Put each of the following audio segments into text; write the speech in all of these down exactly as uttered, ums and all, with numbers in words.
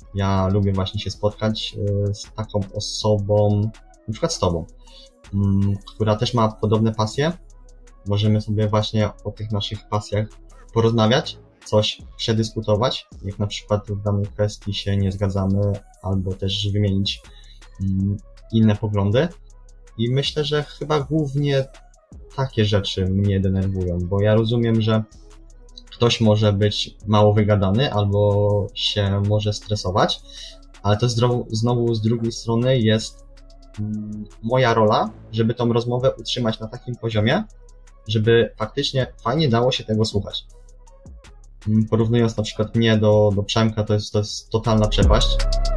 Ja lubię właśnie się spotkać z taką osobą, na przykład z tobą, która też ma podobne pasje. Możemy sobie właśnie o tych naszych pasjach porozmawiać, coś przedyskutować, jak na przykład w danej kwestii się nie zgadzamy, albo też wymienić inne poglądy. I myślę, że chyba głównie takie rzeczy mnie denerwują, bo ja rozumiem, że ktoś może być mało wygadany albo się może stresować, ale to znowu, znowu z drugiej strony jest moja rola, żeby tą rozmowę utrzymać na takim poziomie, żeby faktycznie fajnie dało się tego słuchać. Porównując na przykład mnie do, do Przemka, to jest, to jest totalna przepaść.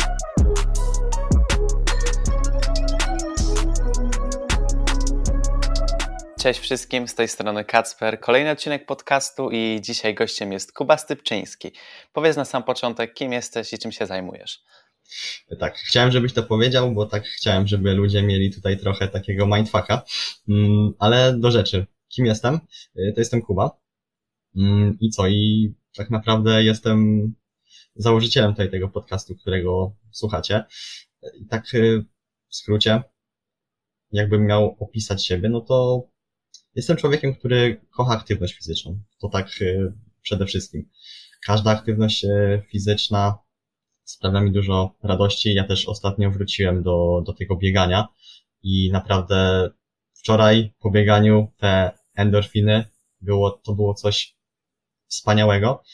Cześć wszystkim, z tej strony Kacper. Kolejny odcinek podcastu i dzisiaj gościem jest Kuba Stypczyński. Powiedz na sam początek, kim jesteś i czym się zajmujesz. Tak, chciałem, żebyś to powiedział, bo tak chciałem, żeby ludzie mieli tutaj trochę takiego mindfucka, ale do rzeczy. Kim jestem? To jestem Kuba. I co? I tak naprawdę jestem założycielem tutaj tego podcastu, którego słuchacie. I tak w skrócie, jakbym miał opisać siebie, no to jestem człowiekiem, który kocha aktywność fizyczną. To tak przede wszystkim. Każda aktywność fizyczna sprawia mi dużo radości. Ja też ostatnio wróciłem do, do tego biegania i naprawdę wczoraj po bieganiu te endorfiny było, to było coś wspaniałego.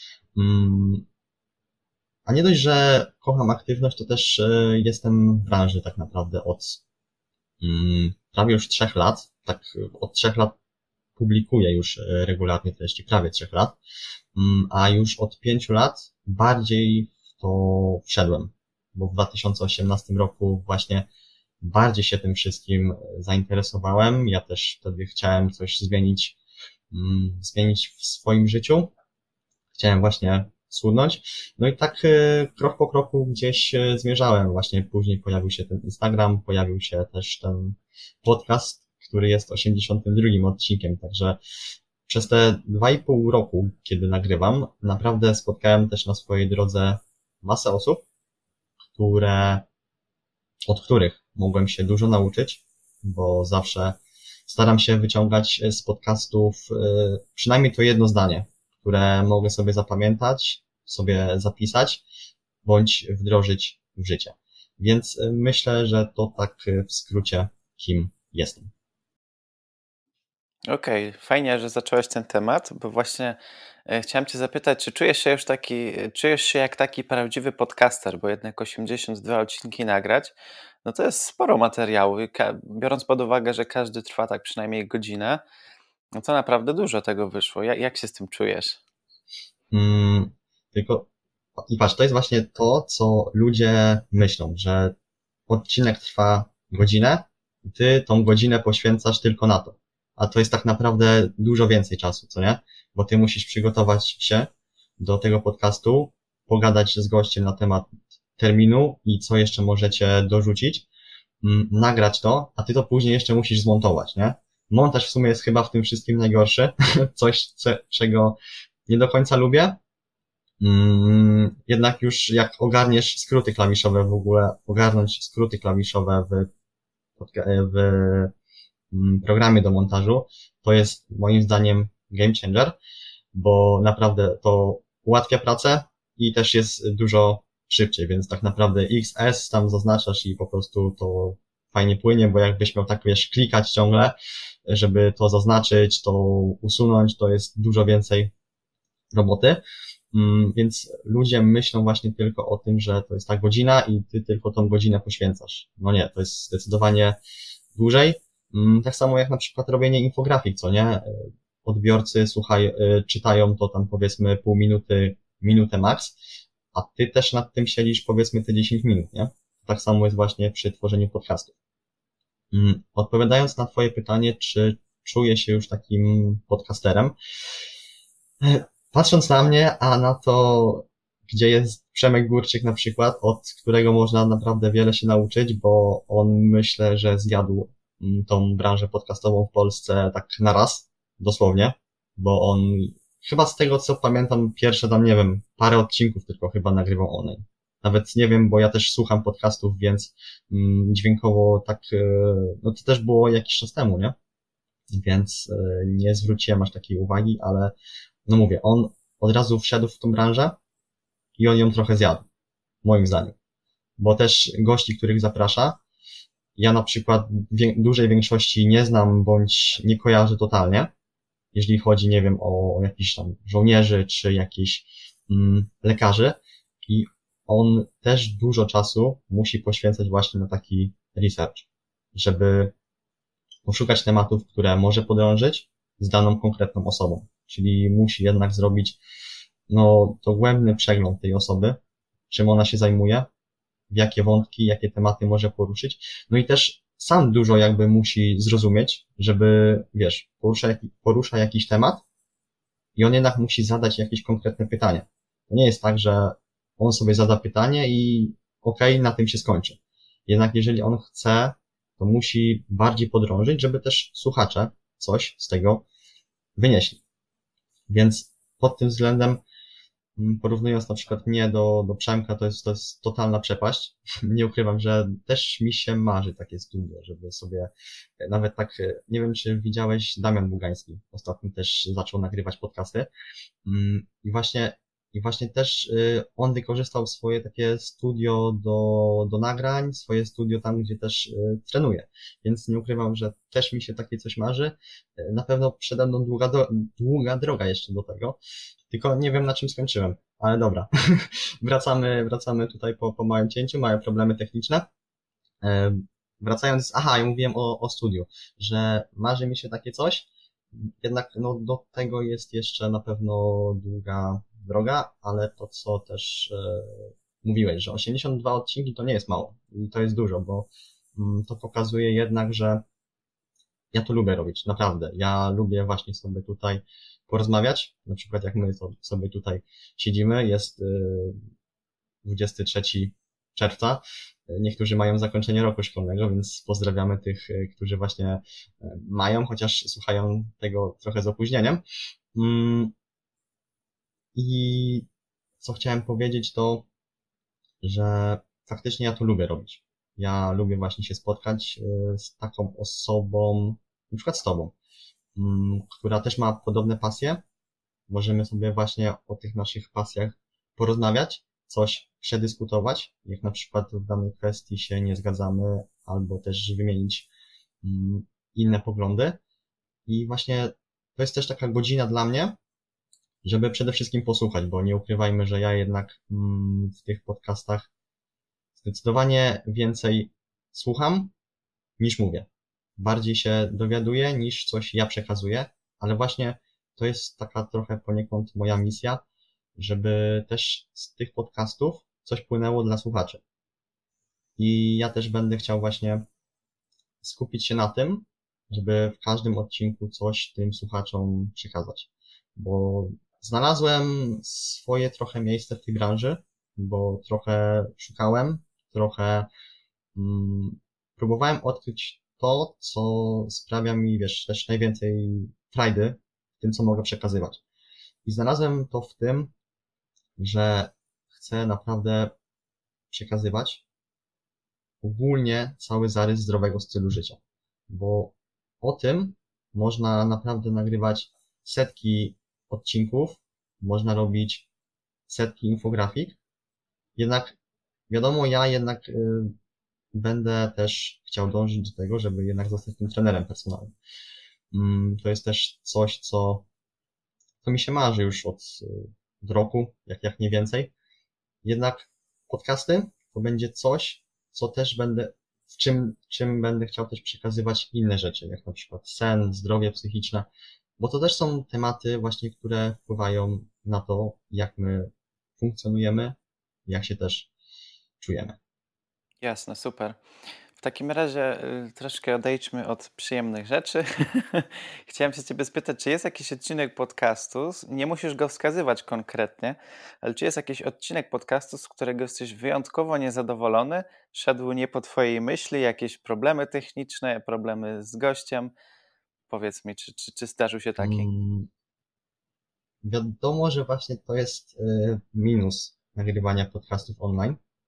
A nie dość, że kocham aktywność, to też jestem w branży tak naprawdę od prawie już trzech lat. Tak od trzech lat publikuję już regularnie treści, prawie trzech lat, a już od pięciu lat bardziej w to wszedłem, bo w dwa tysiące osiemnastym roku właśnie bardziej się tym wszystkim zainteresowałem. Ja też wtedy chciałem coś zmienić, zmienić w swoim życiu. Chciałem właśnie schudnąć. No i tak krok po kroku gdzieś zmierzałem. Właśnie później pojawił się ten Instagram, pojawił się też ten podcast, który jest osiemdziesiątym drugim odcinkiem. Także przez te dwa i pół roku, kiedy nagrywam, naprawdę spotkałem też na swojej drodze masę osób, które, od których mogłem się dużo nauczyć, bo zawsze staram się wyciągać z podcastów przynajmniej to jedno zdanie, które mogę sobie zapamiętać, sobie zapisać, bądź wdrożyć w życie. Więc myślę, że to tak w skrócie, kim jestem. Okej, okay, fajnie, że zacząłeś ten temat, bo właśnie e, chciałem Cię zapytać, czy czujesz się już taki, czujesz się jak taki prawdziwy podcaster, bo jednak osiemdziesiąt dwa odcinki nagrać, no to jest sporo materiału, Ka- biorąc pod uwagę, że każdy trwa tak przynajmniej godzinę, no to naprawdę dużo tego wyszło. Ja, jak się z tym czujesz? Hmm, tylko i patrz, to jest właśnie to, co ludzie myślą, że odcinek trwa godzinę, ty tą godzinę poświęcasz tylko na to. A to jest tak naprawdę dużo więcej czasu, co nie? Bo ty musisz przygotować się do tego podcastu, pogadać z gościem na temat terminu i co jeszcze możecie dorzucić, nagrać to, a ty to później jeszcze musisz zmontować, nie? Montaż w sumie jest chyba w tym wszystkim najgorszy. Coś, co, czego nie do końca lubię. Jednak już jak ogarniesz skróty klawiszowe w ogóle, ogarnąć skróty klawiszowe w, w programie do montażu, to jest moim zdaniem game changer, bo naprawdę to ułatwia pracę i też jest dużo szybciej, więc tak naprawdę X S tam zaznaczasz i po prostu to fajnie płynie, bo jakbyś miał tak, wiesz, klikać ciągle, żeby to zaznaczyć, to usunąć, to jest dużo więcej roboty, więc ludzie myślą właśnie tylko o tym, że to jest ta godzina i ty tylko tą godzinę poświęcasz. No nie, to jest zdecydowanie dłużej. Tak samo jak na przykład robienie infografik, co nie? Odbiorcy słuchaj, czytają to tam powiedzmy pół minuty, minutę max, a ty też nad tym siedzisz powiedzmy te dziesięć minut, nie? Tak samo jest właśnie przy tworzeniu podcastów. Odpowiadając na twoje pytanie, czy czuję się już takim podcasterem, patrząc na mnie, a na to, gdzie jest Przemek Górczyk na przykład, od którego można naprawdę wiele się nauczyć, bo on myślę, że zjadł tą branżę podcastową w Polsce tak na raz, dosłownie, bo on chyba z tego co pamiętam pierwsze tam, nie wiem, parę odcinków tylko chyba nagrywał on. Nawet nie wiem, bo ja też słucham podcastów, więc mm, dźwiękowo tak, e, no to też było jakiś czas temu, nie? Więc e, nie zwróciłem aż takiej uwagi, ale no mówię, on od razu wszedł w tą branżę i on ją trochę zjadł, moim zdaniem. Bo też gości, których zaprasza, ja na przykład wie, dużej większości nie znam bądź nie kojarzę totalnie, jeżeli chodzi, nie wiem, o, o jakichś tam żołnierzy czy jakichś mm, lekarzy i on też dużo czasu musi poświęcać właśnie na taki research, żeby poszukać tematów, które może podrążyć z daną konkretną osobą. Czyli musi jednak zrobić no, dogłębny przegląd tej osoby, czym ona się zajmuje, w jakie wątki, jakie tematy może poruszyć. No i też sam dużo jakby musi zrozumieć, żeby, wiesz, porusza, porusza jakiś temat i on jednak musi zadać jakieś konkretne pytanie. To nie jest tak, że on sobie zada pytanie i okej, okay, na tym się skończy. Jednak jeżeli on chce, to musi bardziej podrążyć, żeby też słuchacze coś z tego wynieśli. Więc pod tym względem, porównując na przykład mnie do, do Przemka, to jest, to jest totalna przepaść. Nie ukrywam, że też mi się marzy takie studio, żeby sobie nawet tak, nie wiem, czy widziałeś, Damian Bugański ostatnio też zaczął nagrywać podcasty i właśnie I właśnie też y, on wykorzystał swoje takie studio do, do nagrań, swoje studio tam, gdzie też y, trenuje. Więc nie ukrywam, że też mi się takie coś marzy. Y, Na pewno przede mną długa, do, długa droga jeszcze do tego. Tylko nie wiem, na czym skończyłem. Ale dobra. Wracamy, wracamy tutaj po, po małym cięciu, małe problemy techniczne. Y, Wracając, aha, ja mówiłem o, o studiu, że marzy mi się takie coś. Jednak no, do tego jest jeszcze na pewno długa droga, ale to co też e, mówiłeś, że osiemdziesiąt dwa odcinki to nie jest mało i to jest dużo, bo mm, to pokazuje jednak, że ja to lubię robić, naprawdę. Ja lubię właśnie sobie tutaj porozmawiać, na przykład jak my to sobie tutaj siedzimy, jest e, dwudziestego trzeciego czerwca. Niektórzy mają zakończenie roku szkolnego, więc pozdrawiamy tych, którzy właśnie mają, chociaż słuchają tego trochę z opóźnieniem. I co chciałem powiedzieć to, że faktycznie ja to lubię robić. Ja lubię właśnie się spotkać z taką osobą, na przykład z tobą, która też ma podobne pasje. Możemy sobie właśnie o tych naszych pasjach porozmawiać, coś przedyskutować, jak na przykład w danej kwestii się nie zgadzamy, albo też wymienić inne poglądy. I właśnie to jest też taka godzina dla mnie, żeby przede wszystkim posłuchać, bo nie ukrywajmy, że ja jednak w tych podcastach zdecydowanie więcej słucham niż mówię. Bardziej się dowiaduję niż coś ja przekazuję, ale właśnie to jest taka trochę poniekąd moja misja, żeby też z tych podcastów coś płynęło dla słuchaczy. I ja też będę chciał właśnie skupić się na tym, żeby w każdym odcinku coś tym słuchaczom przekazać. Bo znalazłem swoje trochę miejsce w tej branży, bo trochę szukałem, trochę mm, próbowałem odkryć to, co sprawia mi, wiesz, też najwięcej frajdy w tym, co mogę przekazywać. I znalazłem to w tym, że chcę naprawdę przekazywać ogólnie cały zarys zdrowego stylu życia. Bo o tym można naprawdę nagrywać setki odcinków, można robić setki infografik. Jednak wiadomo, ja jednak y, będę też chciał dążyć do tego, żeby jednak zostać tym trenerem personalnym. Mm, to jest też coś, co, co mi się marzy już od, od roku, jak, jak nie więcej. Jednak podcasty to będzie coś, co też będę, w czym, czym będę chciał też przekazywać inne rzeczy, jak na przykład sen, zdrowie psychiczne, bo to też są tematy właśnie, które wpływają na to, jak my funkcjonujemy, jak się też czujemy. Jasne, super. W takim razie y, troszkę odejdźmy od przyjemnych rzeczy. Chciałem się ciebie spytać, czy jest jakiś odcinek podcastu, s- nie musisz go wskazywać konkretnie, ale czy jest jakiś odcinek podcastu, z którego jesteś wyjątkowo niezadowolony, szedł nie po twojej myśli, jakieś problemy techniczne, problemy z gościem? Powiedz mi, czy, czy, czy zdarzył się taki? Mm, Wiadomo, że właśnie to jest y, minus nagrywania podcastów online,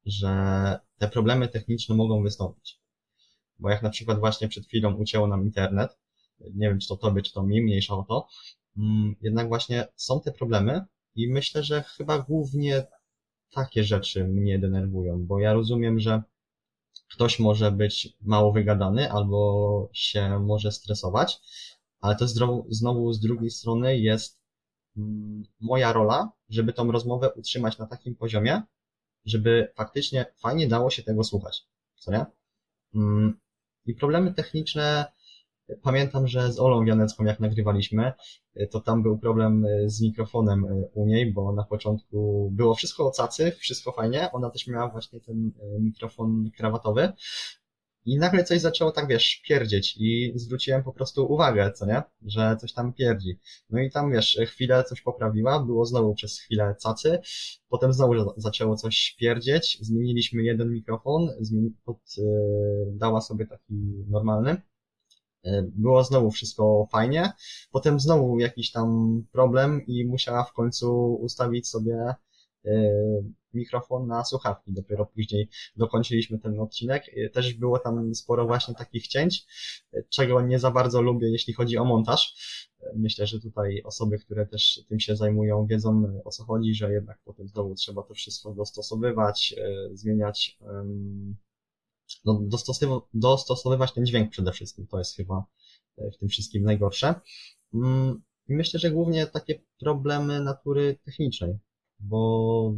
że te problemy techniczne mogą wystąpić. Bo jak na przykład właśnie przed chwilą ucięło nam internet, nie wiem czy to tobie, czy to mi, mniejsza o to, jednak właśnie są te problemy i myślę, że chyba głównie takie rzeczy mnie denerwują, bo ja rozumiem, że ktoś może być mało wygadany albo się może stresować, ale to znowu, znowu z drugiej strony jest moja rola, żeby tą rozmowę utrzymać na takim poziomie, żeby faktycznie fajnie dało się tego słuchać, co nie? I problemy techniczne, pamiętam, że z Olą Wianecką jak nagrywaliśmy, to tam był problem z mikrofonem u niej, bo na początku było wszystko o cacy, wszystko fajnie, ona też miała właśnie ten mikrofon krawatowy i nagle coś zaczęło tak, wiesz, pierdzieć i zwróciłem po prostu uwagę, co nie, że coś tam pierdzi. No i tam, wiesz, chwilę coś poprawiła, było znowu przez chwilę cacy, potem znowu zaczęło coś pierdzieć, zmieniliśmy jeden mikrofon, zmieni- pod, yy, dała sobie taki normalny, było znowu wszystko fajnie, potem znowu jakiś tam problem i musiała w końcu ustawić sobie mikrofon na słuchawki. Dopiero później dokończyliśmy ten odcinek. Też było tam sporo właśnie takich cięć, czego nie za bardzo lubię, jeśli chodzi o montaż. Myślę, że tutaj osoby, które też tym się zajmują, wiedzą o co chodzi, że jednak potem znowu trzeba to wszystko dostosowywać, zmieniać, no, dostosowywać, dostosowywać ten dźwięk przede wszystkim. To jest chyba w tym wszystkim najgorsze. I myślę, że głównie takie problemy natury technicznej, bo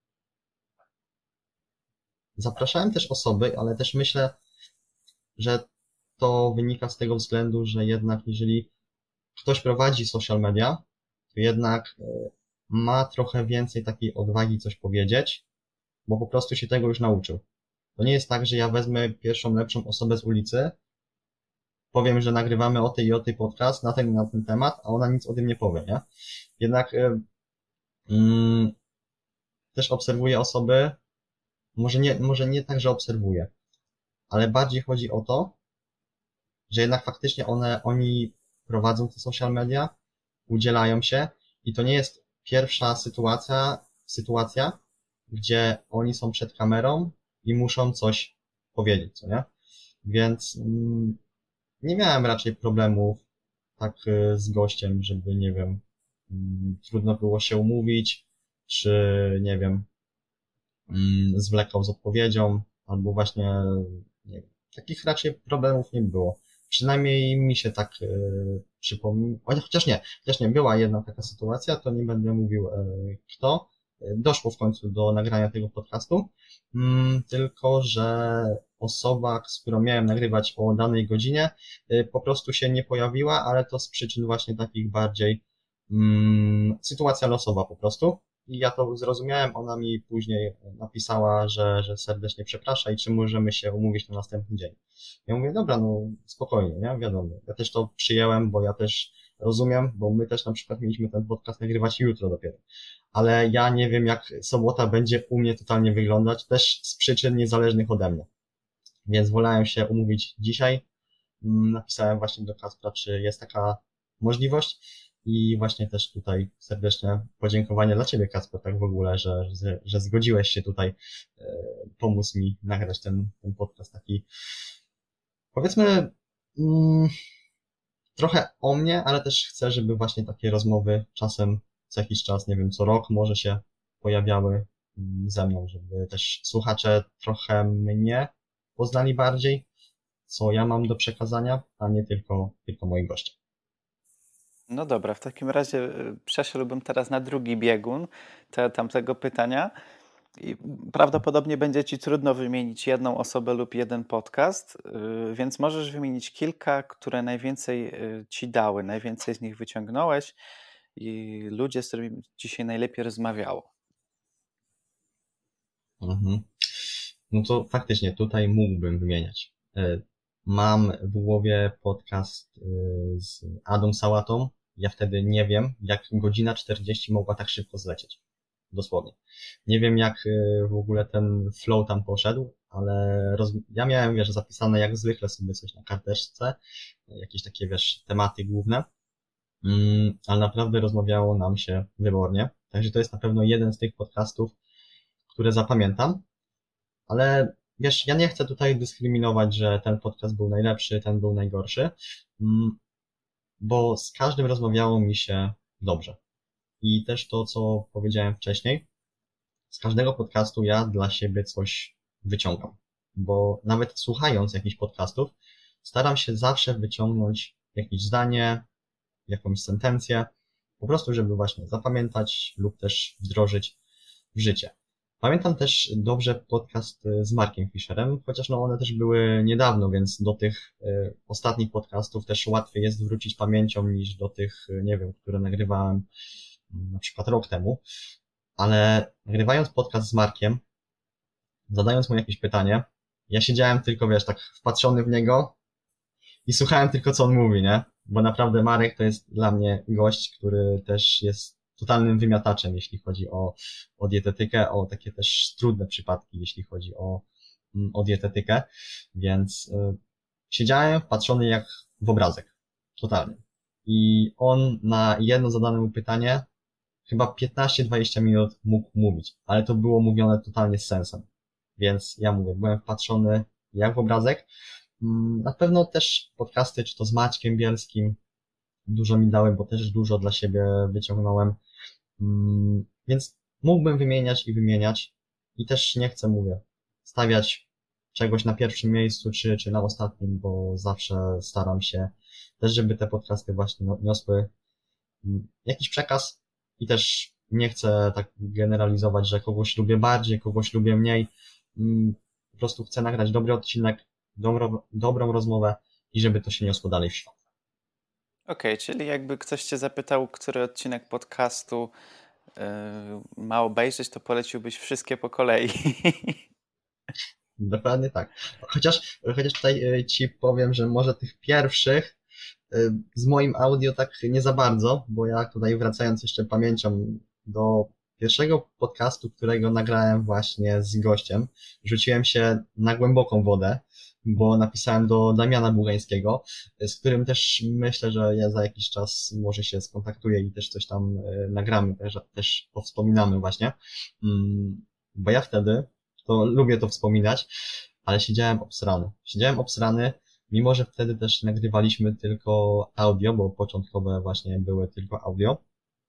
zapraszałem też osoby, ale też myślę, że to wynika z tego względu, że jednak jeżeli ktoś prowadzi social media, to jednak ma trochę więcej takiej odwagi coś powiedzieć, bo po prostu się tego już nauczył. To nie jest tak, że ja wezmę pierwszą lepszą osobę z ulicy, powiem, że nagrywamy o tej i o tej podcast na ten na ten temat, a ona nic o tym nie powie, nie? Jednak mm, też obserwuję osoby, może nie, może nie tak, że obserwuję, ale bardziej chodzi o to, że jednak faktycznie one, oni prowadzą te social media, udzielają się i to nie jest pierwsza sytuacja, sytuacja, gdzie oni są przed kamerą i muszą coś powiedzieć, co nie? Więc mm, nie miałem raczej problemów tak z gościem, żeby, nie wiem, mm, trudno było się umówić, czy, nie wiem, mm, zwlekał z odpowiedzią, albo właśnie, nie wiem, takich raczej problemów nie było. Przynajmniej mi się tak y, przypomina, chociaż nie, chociaż nie, była jedna taka sytuacja, to nie będę mówił y, kto. Doszło w końcu do nagrania tego podcastu, mm, tylko że osoba, z którą miałem nagrywać o danej godzinie, y, po prostu się nie pojawiła, ale to z przyczyn właśnie takich bardziej mm, sytuacja losowa po prostu. I ja to zrozumiałem, ona mi później napisała, że, że serdecznie przeprasza i czy możemy się umówić na następny dzień. Ja mówię, dobra, no spokojnie, nie? Wiadomo. Ja też to przyjęłem, bo ja też rozumiem, bo my też na przykład mieliśmy ten podcast nagrywać jutro dopiero. Ale ja nie wiem, jak sobota będzie u mnie totalnie wyglądać, też z przyczyn niezależnych ode mnie. Więc wolałem się umówić dzisiaj. Napisałem właśnie do Kacpra, czy jest taka możliwość. I właśnie też tutaj serdecznie podziękowanie dla Ciebie, Kacper, tak w ogóle, że, że, że zgodziłeś się tutaj e, pomóc mi nagrać ten, ten podcast taki, powiedzmy, mm, trochę o mnie, ale też chcę, żeby właśnie takie rozmowy czasem co jakiś czas, nie wiem, co rok może się pojawiały mm, ze mną, żeby też słuchacze trochę mnie poznali bardziej, co ja mam do przekazania, a nie tylko, tylko moi goście. No dobra, w takim razie y, przeszedłbym teraz na drugi biegun te, tamtego pytania. I prawdopodobnie będzie Ci trudno wymienić jedną osobę lub jeden podcast, y, więc możesz wymienić kilka, które najwięcej y, Ci dały, najwięcej z nich wyciągnąłeś i ludzie, z którymi Ci się najlepiej rozmawiało. Mhm. No to faktycznie tutaj mógłbym wymieniać. E, Mam w głowie podcast e, z Adą Sałatą. Ja wtedy nie wiem, jak godzina czterdzieści mogła tak szybko zlecieć. Dosłownie. Nie wiem, jak e, w ogóle ten flow tam poszedł, ale roz... ja miałem, wiesz, zapisane jak zwykle sobie coś na karteczce, jakieś takie, wiesz, tematy główne, mm, ale naprawdę rozmawiało nam się wybornie. Także to jest na pewno jeden z tych podcastów, które zapamiętam. Ale wiesz, ja nie chcę tutaj dyskryminować, że ten podcast był najlepszy, ten był najgorszy, mm, bo z każdym rozmawiało mi się dobrze. I też to, co powiedziałem wcześniej, z każdego podcastu ja dla siebie coś wyciągam. Bo nawet słuchając jakichś podcastów, staram się zawsze wyciągnąć jakieś zdanie, jakąś sentencję, po prostu, żeby właśnie zapamiętać lub też wdrożyć w życie. Pamiętam też dobrze podcast z Markiem Fischerem, chociaż no one też były niedawno, więc do tych y, ostatnich podcastów też łatwiej jest wrócić pamięcią niż do tych, y, nie wiem, które nagrywałem y, na przykład rok temu. Ale nagrywając podcast z Markiem, zadając mu jakieś pytanie, ja siedziałem tylko, wiesz, tak wpatrzony w niego i słuchałem tylko, co on mówi, nie? Bo naprawdę Marek to jest dla mnie gość, który też jest totalnym wymiataczem, jeśli chodzi o, o dietetykę, o takie też trudne przypadki, jeśli chodzi o, o dietetykę, więc y, siedziałem wpatrzony jak w obrazek, totalnie. I on na jedno zadane mu pytanie chyba piętnaście dwadzieścia minut mógł mówić, ale to było mówione totalnie z sensem. Więc ja mówię, byłem wpatrzony jak w obrazek. Na pewno też podcasty, czy to z Maćkiem Bielskim, dużo mi dałem, bo też dużo dla siebie wyciągnąłem. Więc mógłbym wymieniać i wymieniać. I też nie chcę, mówię, stawiać czegoś na pierwszym miejscu, czy, czy na ostatnim, bo zawsze staram się też, żeby te podcasty właśnie niosły jakiś przekaz i też nie chcę tak generalizować, że kogoś lubię bardziej, kogoś lubię mniej. Po prostu chcę nagrać dobry odcinek, dobrą, dobrą rozmowę i żeby to się niosło dalej w świat. Okej, okay, czyli jakby ktoś cię zapytał, który odcinek podcastu yy, ma obejrzeć, to poleciłbyś wszystkie po kolei. Dokładnie tak. Chociaż, chociaż tutaj ci powiem, że może tych pierwszych z moim audio tak nie za bardzo, bo ja tutaj wracając jeszcze pamięcią do pierwszego podcastu, którego nagrałem właśnie z gościem, rzuciłem się na głęboką wodę, bo napisałem do Damiana Bugańskiego, z którym też myślę, że ja za jakiś czas może się skontaktuję i też coś tam nagramy, też, też powspominamy właśnie, bo ja wtedy, to lubię to wspominać, ale siedziałem obsrany. Siedziałem obsrany, mimo że wtedy też nagrywaliśmy tylko audio, bo początkowe właśnie były tylko audio,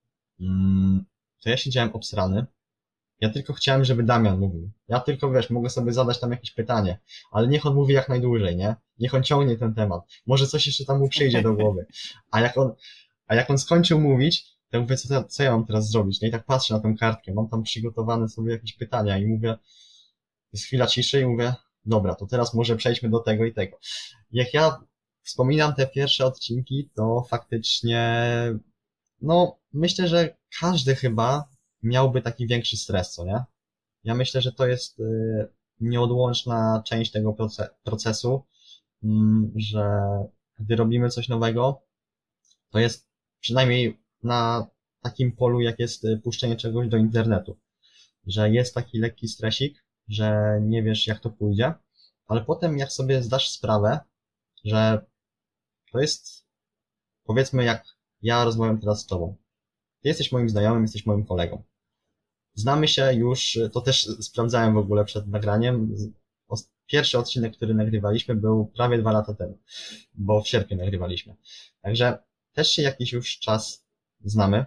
to ja siedziałem obsrany. Ja tylko chciałem, żeby Damian mówił. Ja tylko, wiesz, mogę sobie zadać tam jakieś pytanie, ale niech on mówi jak najdłużej, nie? Niech on ciągnie ten temat. Może coś jeszcze tam mu przyjdzie do głowy. A jak on, a jak on skończył mówić, to mówię, co, co ja mam teraz zrobić? Nie? I tak patrzę na tę kartkę, mam tam przygotowane sobie jakieś pytania i mówię, jest chwila ciszy i mówię, dobra, to teraz może przejdźmy do tego i tego. Jak ja wspominam te pierwsze odcinki, to faktycznie, no, myślę, że każdy chyba miałby taki większy stres, co nie? Ja myślę, że to jest y, nieodłączna część tego procesu, y, że gdy robimy coś nowego, to jest przynajmniej na takim polu, jak jest puszczenie czegoś do internetu, że jest taki lekki stresik, że nie wiesz, jak to pójdzie, ale potem jak sobie zdasz sprawę, że to jest, powiedzmy, jak ja rozmawiam teraz z tobą. Ty jesteś moim znajomym, jesteś moim kolegą. Znamy się już, to też sprawdzałem w ogóle przed nagraniem. Pierwszy odcinek, który nagrywaliśmy, był prawie dwa lata temu, bo w sierpniu nagrywaliśmy. Także też się jakiś już czas znamy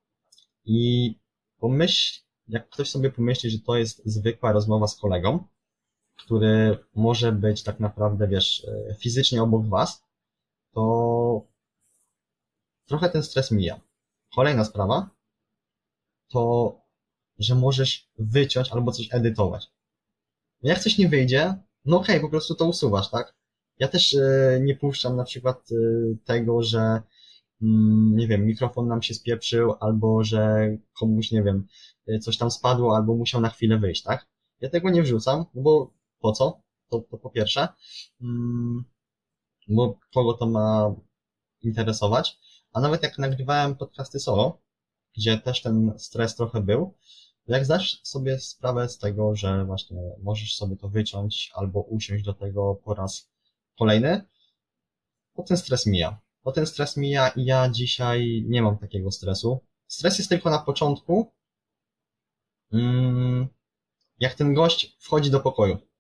i pomyśl, jak ktoś sobie pomyśli, że to jest zwykła rozmowa z kolegą, który może być tak naprawdę, wiesz, fizycznie obok was, to trochę ten stres mija. Kolejna sprawa to, że możesz wyciąć albo coś edytować. Jak coś nie wyjdzie, no okej, okay, po prostu to usuwasz, tak? Ja też yy, nie puszczam na przykład yy, tego, że yy, nie wiem, mikrofon nam się spieprzył, albo że komuś, nie wiem, yy, coś tam spadło, albo musiał na chwilę wyjść, tak? Ja tego nie wrzucam, no bo po co? To, to po pierwsze, yy, bo kogo to ma interesować, a nawet jak nagrywałem podcasty solo, gdzie też ten stres trochę był, jak zdasz sobie sprawę z tego, że właśnie możesz sobie to wyciąć albo usiąść do tego po raz kolejny, to ten stres mija. To ten stres mija i ja dzisiaj nie mam takiego stresu. Stres jest tylko na początku, jak ten gość wchodzi do pokoju.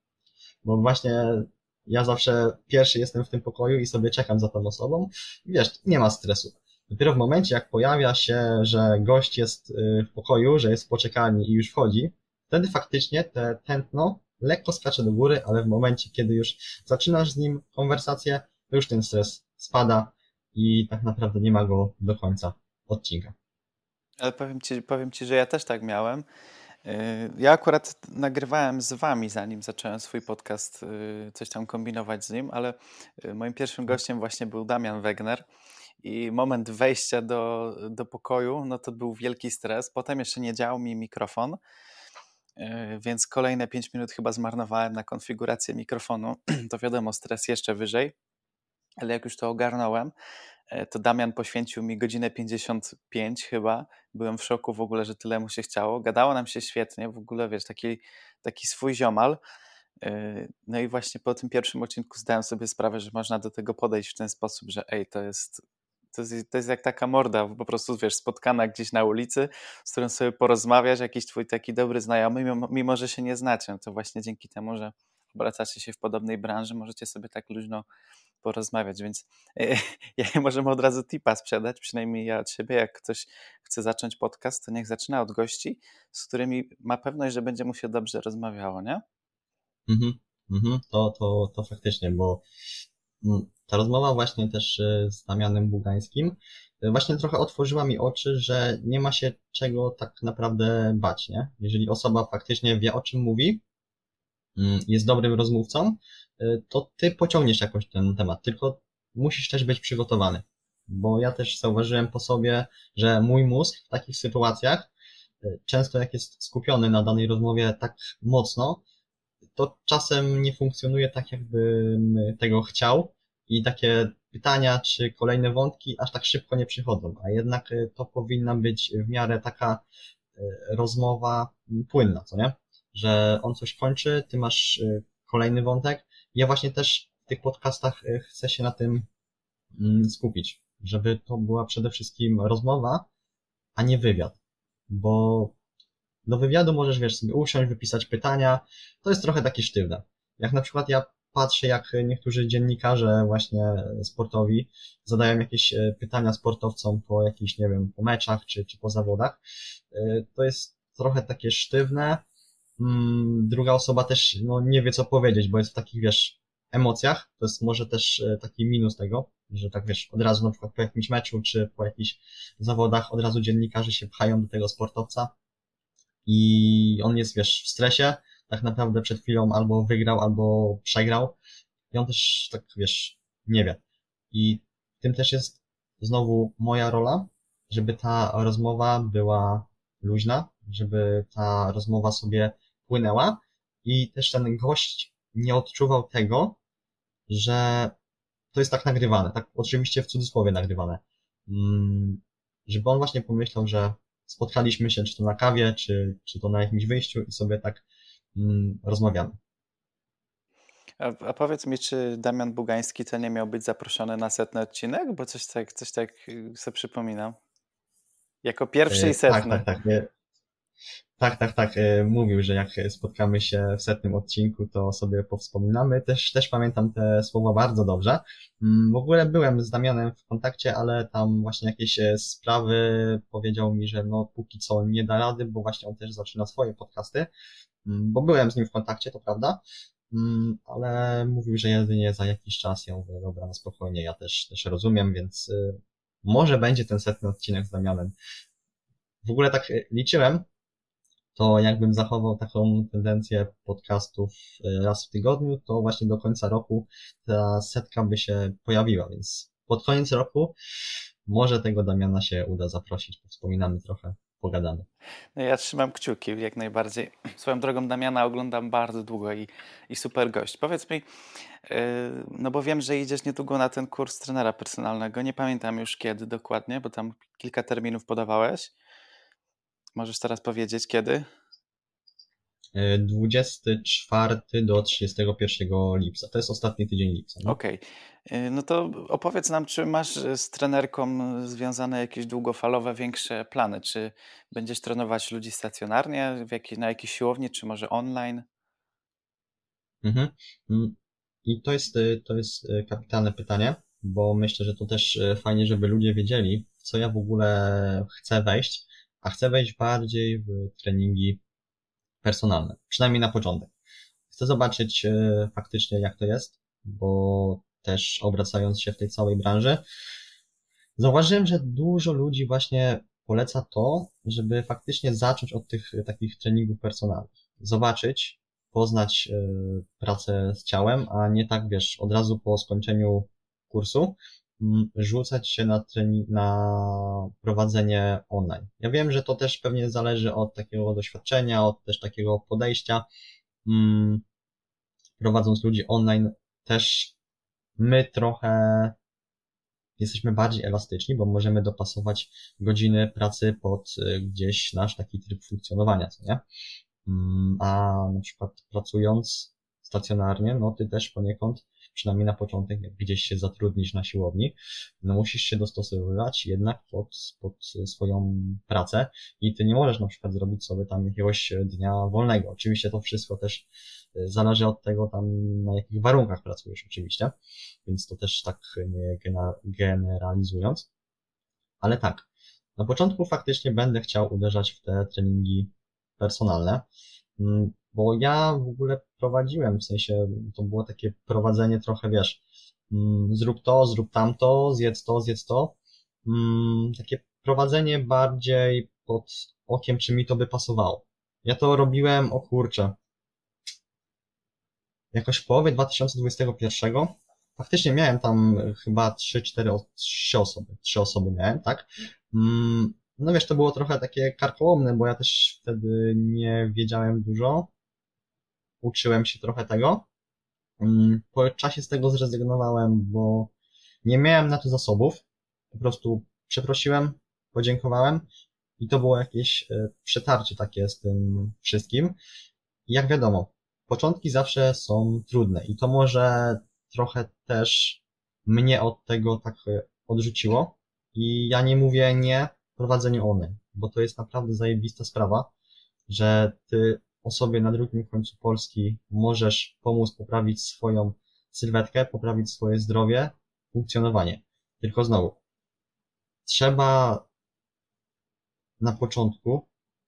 bo właśnie ja zawsze pierwszy jestem w tym pokoju i sobie czekam za tą osobą i wiesz, nie ma stresu. Dopiero w momencie, jak pojawia się, że gość jest y, w pokoju, że jest w poczekalni i już wchodzi, wtedy faktycznie te tętno lekko skacze do góry, ale w momencie, kiedy już zaczynasz z nim konwersację, to już ten stres spada i tak naprawdę nie ma go do końca odcinka. Ale powiem ci, powiem ci, że ja też tak miałem. Yy, Ja akurat nagrywałem z wami, zanim zacząłem swój podcast, yy, coś tam kombinować z nim, ale yy, moim pierwszym gościem właśnie był Damian Wegner i moment wejścia do, do pokoju, no to był wielki stres. Potem jeszcze nie działał mi mikrofon, yy, więc kolejne pięć minut chyba zmarnowałem na konfigurację mikrofonu. To wiadomo, stres jeszcze wyżej, ale jak już to ogarnąłem, e, to Damian poświęcił mi godzinę pięćdziesiąt pięć chyba. Byłem w szoku w ogóle, że tyle mu się chciało. Gadało nam się świetnie, w ogóle wiesz, taki, taki swój ziomal. E, No i właśnie po tym pierwszym odcinku zdałem sobie sprawę, że można do tego podejść w ten sposób, że ej, to jest, to jest, to jest jak taka morda, po prostu wiesz, spotkana gdzieś na ulicy, z którą sobie porozmawiasz, jakiś twój taki dobry znajomy, mimo, mimo że się nie znacie. No to właśnie dzięki temu, że obracacie się w podobnej branży, możecie sobie tak luźno porozmawiać, więc e, ja możemy od razu tipa sprzedać, przynajmniej ja od siebie, jak ktoś chce zacząć podcast, to niech zaczyna od gości, z którymi ma pewność, że będzie mu się dobrze rozmawiało, nie? Mhm, mhm, to, to, to faktycznie, bo mm, ta rozmowa właśnie też y, z Damianem Bugańskim y, właśnie trochę otworzyła mi oczy, że nie ma się czego tak naprawdę bać, nie? Jeżeli osoba faktycznie wie, o czym mówi, mm, jest dobrym rozmówcą, y, to ty pociągniesz jakoś ten temat, tylko musisz też być przygotowany. Bo ja też zauważyłem po sobie, że mój mózg w takich sytuacjach, y, często jak jest skupiony na danej rozmowie tak mocno, to czasem nie funkcjonuje tak, jakbym tego chciał i takie pytania czy kolejne wątki aż tak szybko nie przychodzą, a jednak y, to powinna być w miarę taka y, rozmowa płynna, co nie? Że on coś kończy, ty masz y, kolejny wątek. Ja właśnie też w tych podcastach y, chcę się na tym mm, skupić, żeby to była przede wszystkim rozmowa, a nie wywiad, bo do wywiadu możesz, wiesz, sobie usiąść, wypisać pytania. To jest trochę takie sztywne. Jak na przykład ja patrzę, jak niektórzy dziennikarze właśnie sportowi zadają jakieś e, pytania sportowcom po jakichś, nie wiem, po meczach czy, czy po zawodach. E, To jest trochę takie sztywne. Mm, Druga osoba też, no, nie wie co powiedzieć, bo jest w takich, wiesz, emocjach. To jest może też e, taki minus tego, że tak, wiesz, od razu na przykład po jakimś meczu czy po jakichś zawodach od razu dziennikarze się pchają do tego sportowca i on jest, wiesz, w stresie, tak naprawdę przed chwilą albo wygrał, albo przegrał i on też, tak, wiesz, nie wie. I w tym też jest znowu moja rola, żeby ta rozmowa była luźna, żeby ta rozmowa sobie płynęła i też ten gość nie odczuwał tego, że to jest tak nagrywane, tak oczywiście w cudzysłowie nagrywane. Mm, Żeby on właśnie pomyślał, że spotkaliśmy się czy to na kawie, czy, czy to na jakimś wyjściu i sobie tak mm, rozmawiamy. A, a powiedz mi, czy Damian Bugański to nie miał być zaproszony na setny odcinek? Bo coś tak, coś tak y, sobie przypominam. Jako pierwszy E, i tak, setny. tak, tak. Nie, tak, tak, tak. e, Mówił, że jak spotkamy się w setnym odcinku, to sobie powspominamy. Też, też pamiętam te słowa bardzo dobrze. Mm, W ogóle byłem z Damianem w kontakcie, ale tam właśnie jakieś e, sprawy powiedział mi, że no póki co nie da rady, bo właśnie on też zaczyna swoje podcasty. Mm, Bo byłem z nim w kontakcie, to prawda, mm, ale mówił, że jedynie za jakiś czas. Ja mówię, dobra, no spokojnie, ja też, też rozumiem, więc y, może będzie ten setny odcinek z Damianem. W ogóle tak y, liczyłem, to jakbym zachował taką tendencję podcastów y, raz w tygodniu, to właśnie do końca roku ta setka by się pojawiła, więc pod koniec roku może tego Damiana się uda zaprosić, wspominamy trochę, pogadamy. No ja trzymam kciuki jak najbardziej. Swoją drogą Damiana oglądam bardzo długo i, i super gość. Powiedz mi, yy, no bo wiem, że idziesz niedługo na ten kurs trenera personalnego. Nie pamiętam już kiedy dokładnie, bo tam kilka terminów podawałeś. Możesz teraz powiedzieć kiedy? Y, dwudziestego czwartego do trzydziestego pierwszego lipca. To jest ostatni tydzień lipca, nie? Okej. Yy, No to opowiedz nam, czy masz y, z trenerką związane jakieś długofalowe, większe plany? Czy będziesz trenować ludzi stacjonarnie w jakiej, na jakiejś siłowni, czy może online? Mhm. Mm. I to jest, y, to jest y, kapitalne pytanie, bo myślę, że to też y, fajnie, żeby ludzie wiedzieli, w co ja w ogóle chcę wejść, a chcę wejść bardziej w treningi personalne, przynajmniej na początek. Chcę zobaczyć y, faktycznie, jak to jest, bo też obracając się w tej całej branży, zauważyłem, że dużo ludzi właśnie poleca to, żeby faktycznie zacząć od tych y, takich treningów personalnych. Zobaczyć, poznać y, pracę z ciałem, a nie tak, wiesz, od razu po skończeniu kursu mm, rzucać się na trening, na prowadzenie online. Ja wiem, że to też pewnie zależy od takiego doświadczenia, od też takiego podejścia. Mm, Prowadząc ludzi online też my trochę jesteśmy bardziej elastyczni, bo możemy dopasować godziny pracy pod y, gdzieś nasz taki tryb funkcjonowania, co nie? Mm, A na przykład pracując stacjonarnie, no ty też poniekąd, przynajmniej na początek, jak gdzieś się zatrudnisz na siłowni, no musisz się dostosowywać jednak pod, pod swoją pracę i ty nie możesz na przykład zrobić sobie tam jakiegoś dnia wolnego. Oczywiście to wszystko też y, zależy od tego tam, na jakich warunkach pracujesz oczywiście, więc to też tak nie gena- generalizując, ale tak, na początku faktycznie będę chciał uderzać w te treningi personalne, mm, bo ja w ogóle prowadziłem, w sensie to było takie prowadzenie trochę, wiesz, mm, zrób to, zrób tamto, zjedz to, zjedz to, mm, takie prowadzenie bardziej pod okiem, czy mi to by pasowało. Ja to robiłem, o kurczę, jakoś w połowie dwa tysiące dwudziestego pierwszego. Faktycznie miałem tam chyba trzy, cztery, trzy osoby, trzy osoby miałem, tak? Mm, No wiesz, to było trochę takie karkołomne, bo ja też wtedy nie wiedziałem dużo. Uczyłem się trochę tego. Mm, Po czasie z tego zrezygnowałem, bo nie miałem na to zasobów. Po prostu przeprosiłem, podziękowałem i to było jakieś e, przetarcie takie z tym wszystkim. I jak wiadomo, początki zawsze są trudne i to może trochę też mnie od tego tak e, odrzuciło. I ja nie mówię nie prowadzeniu online, bo to jest naprawdę zajebista sprawa, że ty osobie na drugim końcu Polski możesz pomóc poprawić swoją sylwetkę, poprawić swoje zdrowie, funkcjonowanie. Tylko znowu, trzeba na początku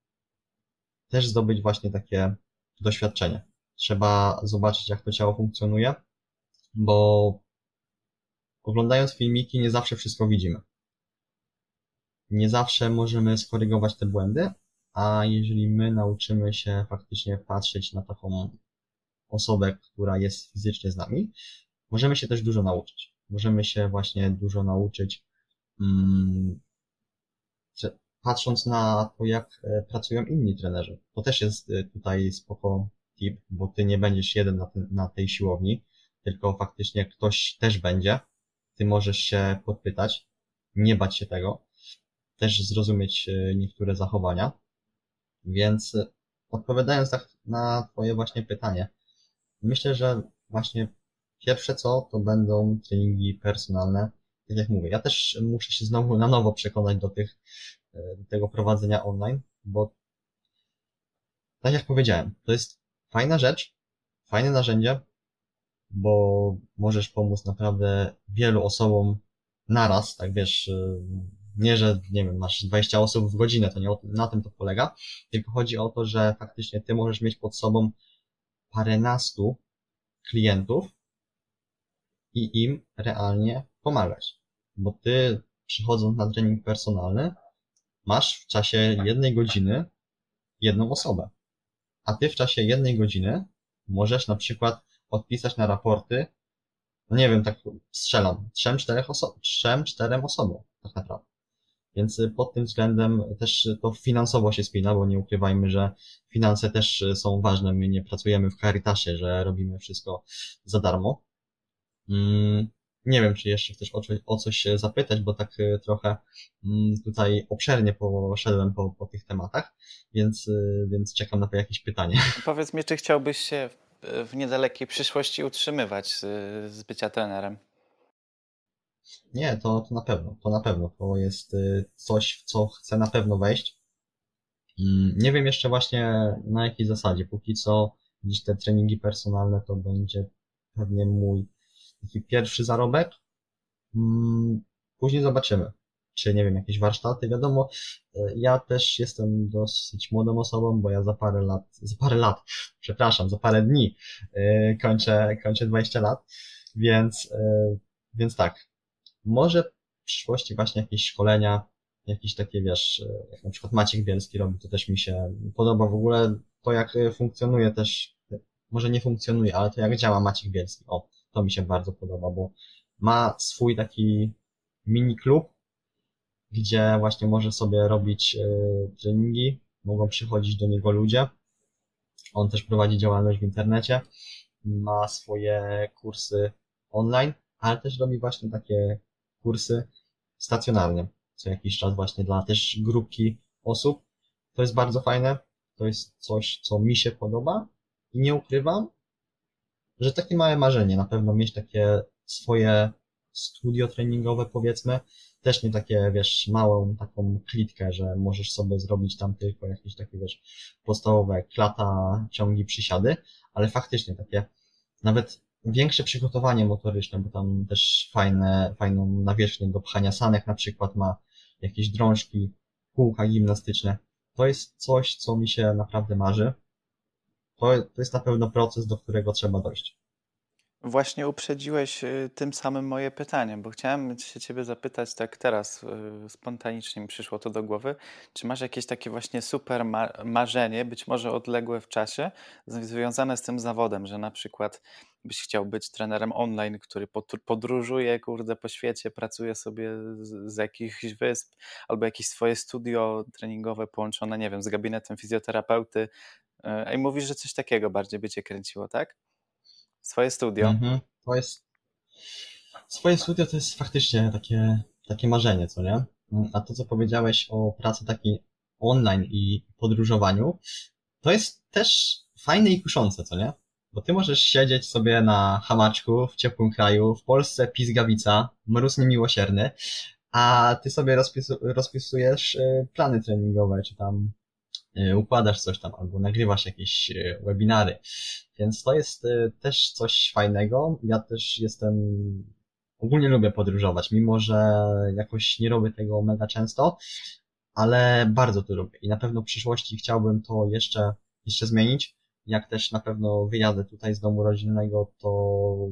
też zdobyć właśnie takie doświadczenie. Trzeba zobaczyć, jak to ciało funkcjonuje, bo oglądając filmiki nie zawsze wszystko widzimy. Nie zawsze możemy skorygować te błędy, a jeżeli my nauczymy się faktycznie patrzeć na taką osobę, która jest fizycznie z nami, możemy się też dużo nauczyć. Możemy się właśnie dużo nauczyć, mm, że- patrząc na to, jak e, pracują inni trenerzy. To też jest e, tutaj spoko tip, bo ty nie będziesz jeden na, tym, na tej siłowni, tylko faktycznie ktoś też będzie. Ty możesz się podpytać, nie bać się tego, też zrozumieć e, niektóre zachowania. Więc e, odpowiadając tak na twoje właśnie pytanie, myślę, że właśnie pierwsze co, to będą treningi personalne. Tak jak mówię, ja też muszę się znowu na nowo przekonać do tych, e, do tego prowadzenia online, bo tak jak powiedziałem, to jest fajna rzecz, fajne narzędzie, bo możesz pomóc naprawdę wielu osobom naraz, tak wiesz, e, nie, że nie wiem, masz dwadzieścia osób w godzinę, to nie o- na tym to polega, tylko chodzi o to, że faktycznie ty możesz mieć pod sobą paręnastu klientów, i im realnie pomagać. Bo ty, przychodząc na trening personalny, masz w czasie jednej godziny jedną osobę. A ty w czasie jednej godziny możesz na przykład odpisać na raporty, no nie wiem, tak strzelam, trzem, czterech oso- trzem, czterem osobom, tak naprawdę. Więc y, pod tym względem też to finansowo się spina, bo nie ukrywajmy, że finanse też y, są ważne. My nie pracujemy w Caritasie, że robimy wszystko za darmo. Mm, Nie wiem, czy jeszcze chcesz o, coś- o coś zapytać, bo tak y, trochę mm, tutaj obszernie poszedłem po, po tych tematach, więc, y, więc czekam na jakieś pytanie. Powiedz mi, czy chciałbyś się w, w niedalekiej przyszłości utrzymywać z, z bycia trenerem? Nie, to, to na pewno, to na pewno, to jest y, coś, w co chcę na pewno wejść. Mm, Nie wiem jeszcze właśnie na jakiej zasadzie. Póki co gdzieś te treningi personalne to będzie pewnie mój taki pierwszy zarobek. Mm, Później zobaczymy, czy nie wiem, jakieś warsztaty. Wiadomo, e, ja też jestem dosyć młodą osobą, bo ja za parę lat, za parę lat, przepraszam, za parę dni e, kończę, kończę dwadzieścia lat, więc, e, więc tak, może w przyszłości właśnie jakieś szkolenia, jakieś takie, wiesz, e, jak na przykład Maciek Bielski robi, to też mi się podoba w ogóle to, jak e, funkcjonuje też, e, może nie funkcjonuje, ale to jak działa Maciek Bielski. O, to mi się bardzo podoba, bo ma swój taki mini klub, gdzie właśnie może sobie robić e, treningi, mogą przychodzić do niego ludzie. On też prowadzi działalność w internecie, ma swoje kursy online, ale też robi właśnie takie kursy stacjonarne, co jakiś czas właśnie dla też grupki osób. To jest bardzo fajne, to jest coś, co mi się podoba i nie ukrywam, że takie małe marzenie, na pewno mieć takie swoje studio treningowe, powiedzmy, też nie takie, wiesz, małą taką klitkę, że możesz sobie zrobić tam tylko jakieś takie, wiesz, podstawowe klata, ciągi, przysiady, ale faktycznie takie nawet większe przygotowanie motoryczne, bo tam też fajne, fajną nawierzchnię do pchania sanek na przykład ma, jakieś drążki, kółka gimnastyczne. To jest coś, co mi się naprawdę marzy. To, to jest na pewno proces, do którego trzeba dojść. Właśnie uprzedziłeś y, tym samym moje pytanie, bo chciałem się ciebie zapytać tak teraz, y, spontanicznie mi przyszło to do głowy, czy masz jakieś takie właśnie super ma marzenie, być może odległe w czasie, z- związane z tym zawodem, że na przykład byś chciał być trenerem online, który potr- podróżuje, kurde, po świecie, pracuje sobie z, z jakichś wysp, albo jakieś swoje studio treningowe połączone, nie wiem, z gabinetem fizjoterapeuty, y, i mówisz, że coś takiego bardziej by cię kręciło, tak? Swoje studio. Mhm. To jest, swoje studio to jest faktycznie takie, takie marzenie, co nie? Mm, A to, co powiedziałeś o pracy takiej online i podróżowaniu, to jest też fajne i kuszące, co nie? Bo ty możesz siedzieć sobie na hamaczku w ciepłym kraju, w Polsce pizgawica, mróz niemiłosierny, a ty sobie rozpisu, rozpisujesz y, plany treningowe, czy tam y, układasz coś tam, albo nagrywasz jakieś y, webinary. Więc to jest y, też coś fajnego. Ja też jestem, ogólnie lubię podróżować, mimo że jakoś nie robię tego mega często, ale bardzo to lubię i na pewno w przyszłości chciałbym to jeszcze, jeszcze zmienić. Jak też na pewno wyjadę tutaj z domu rodzinnego, to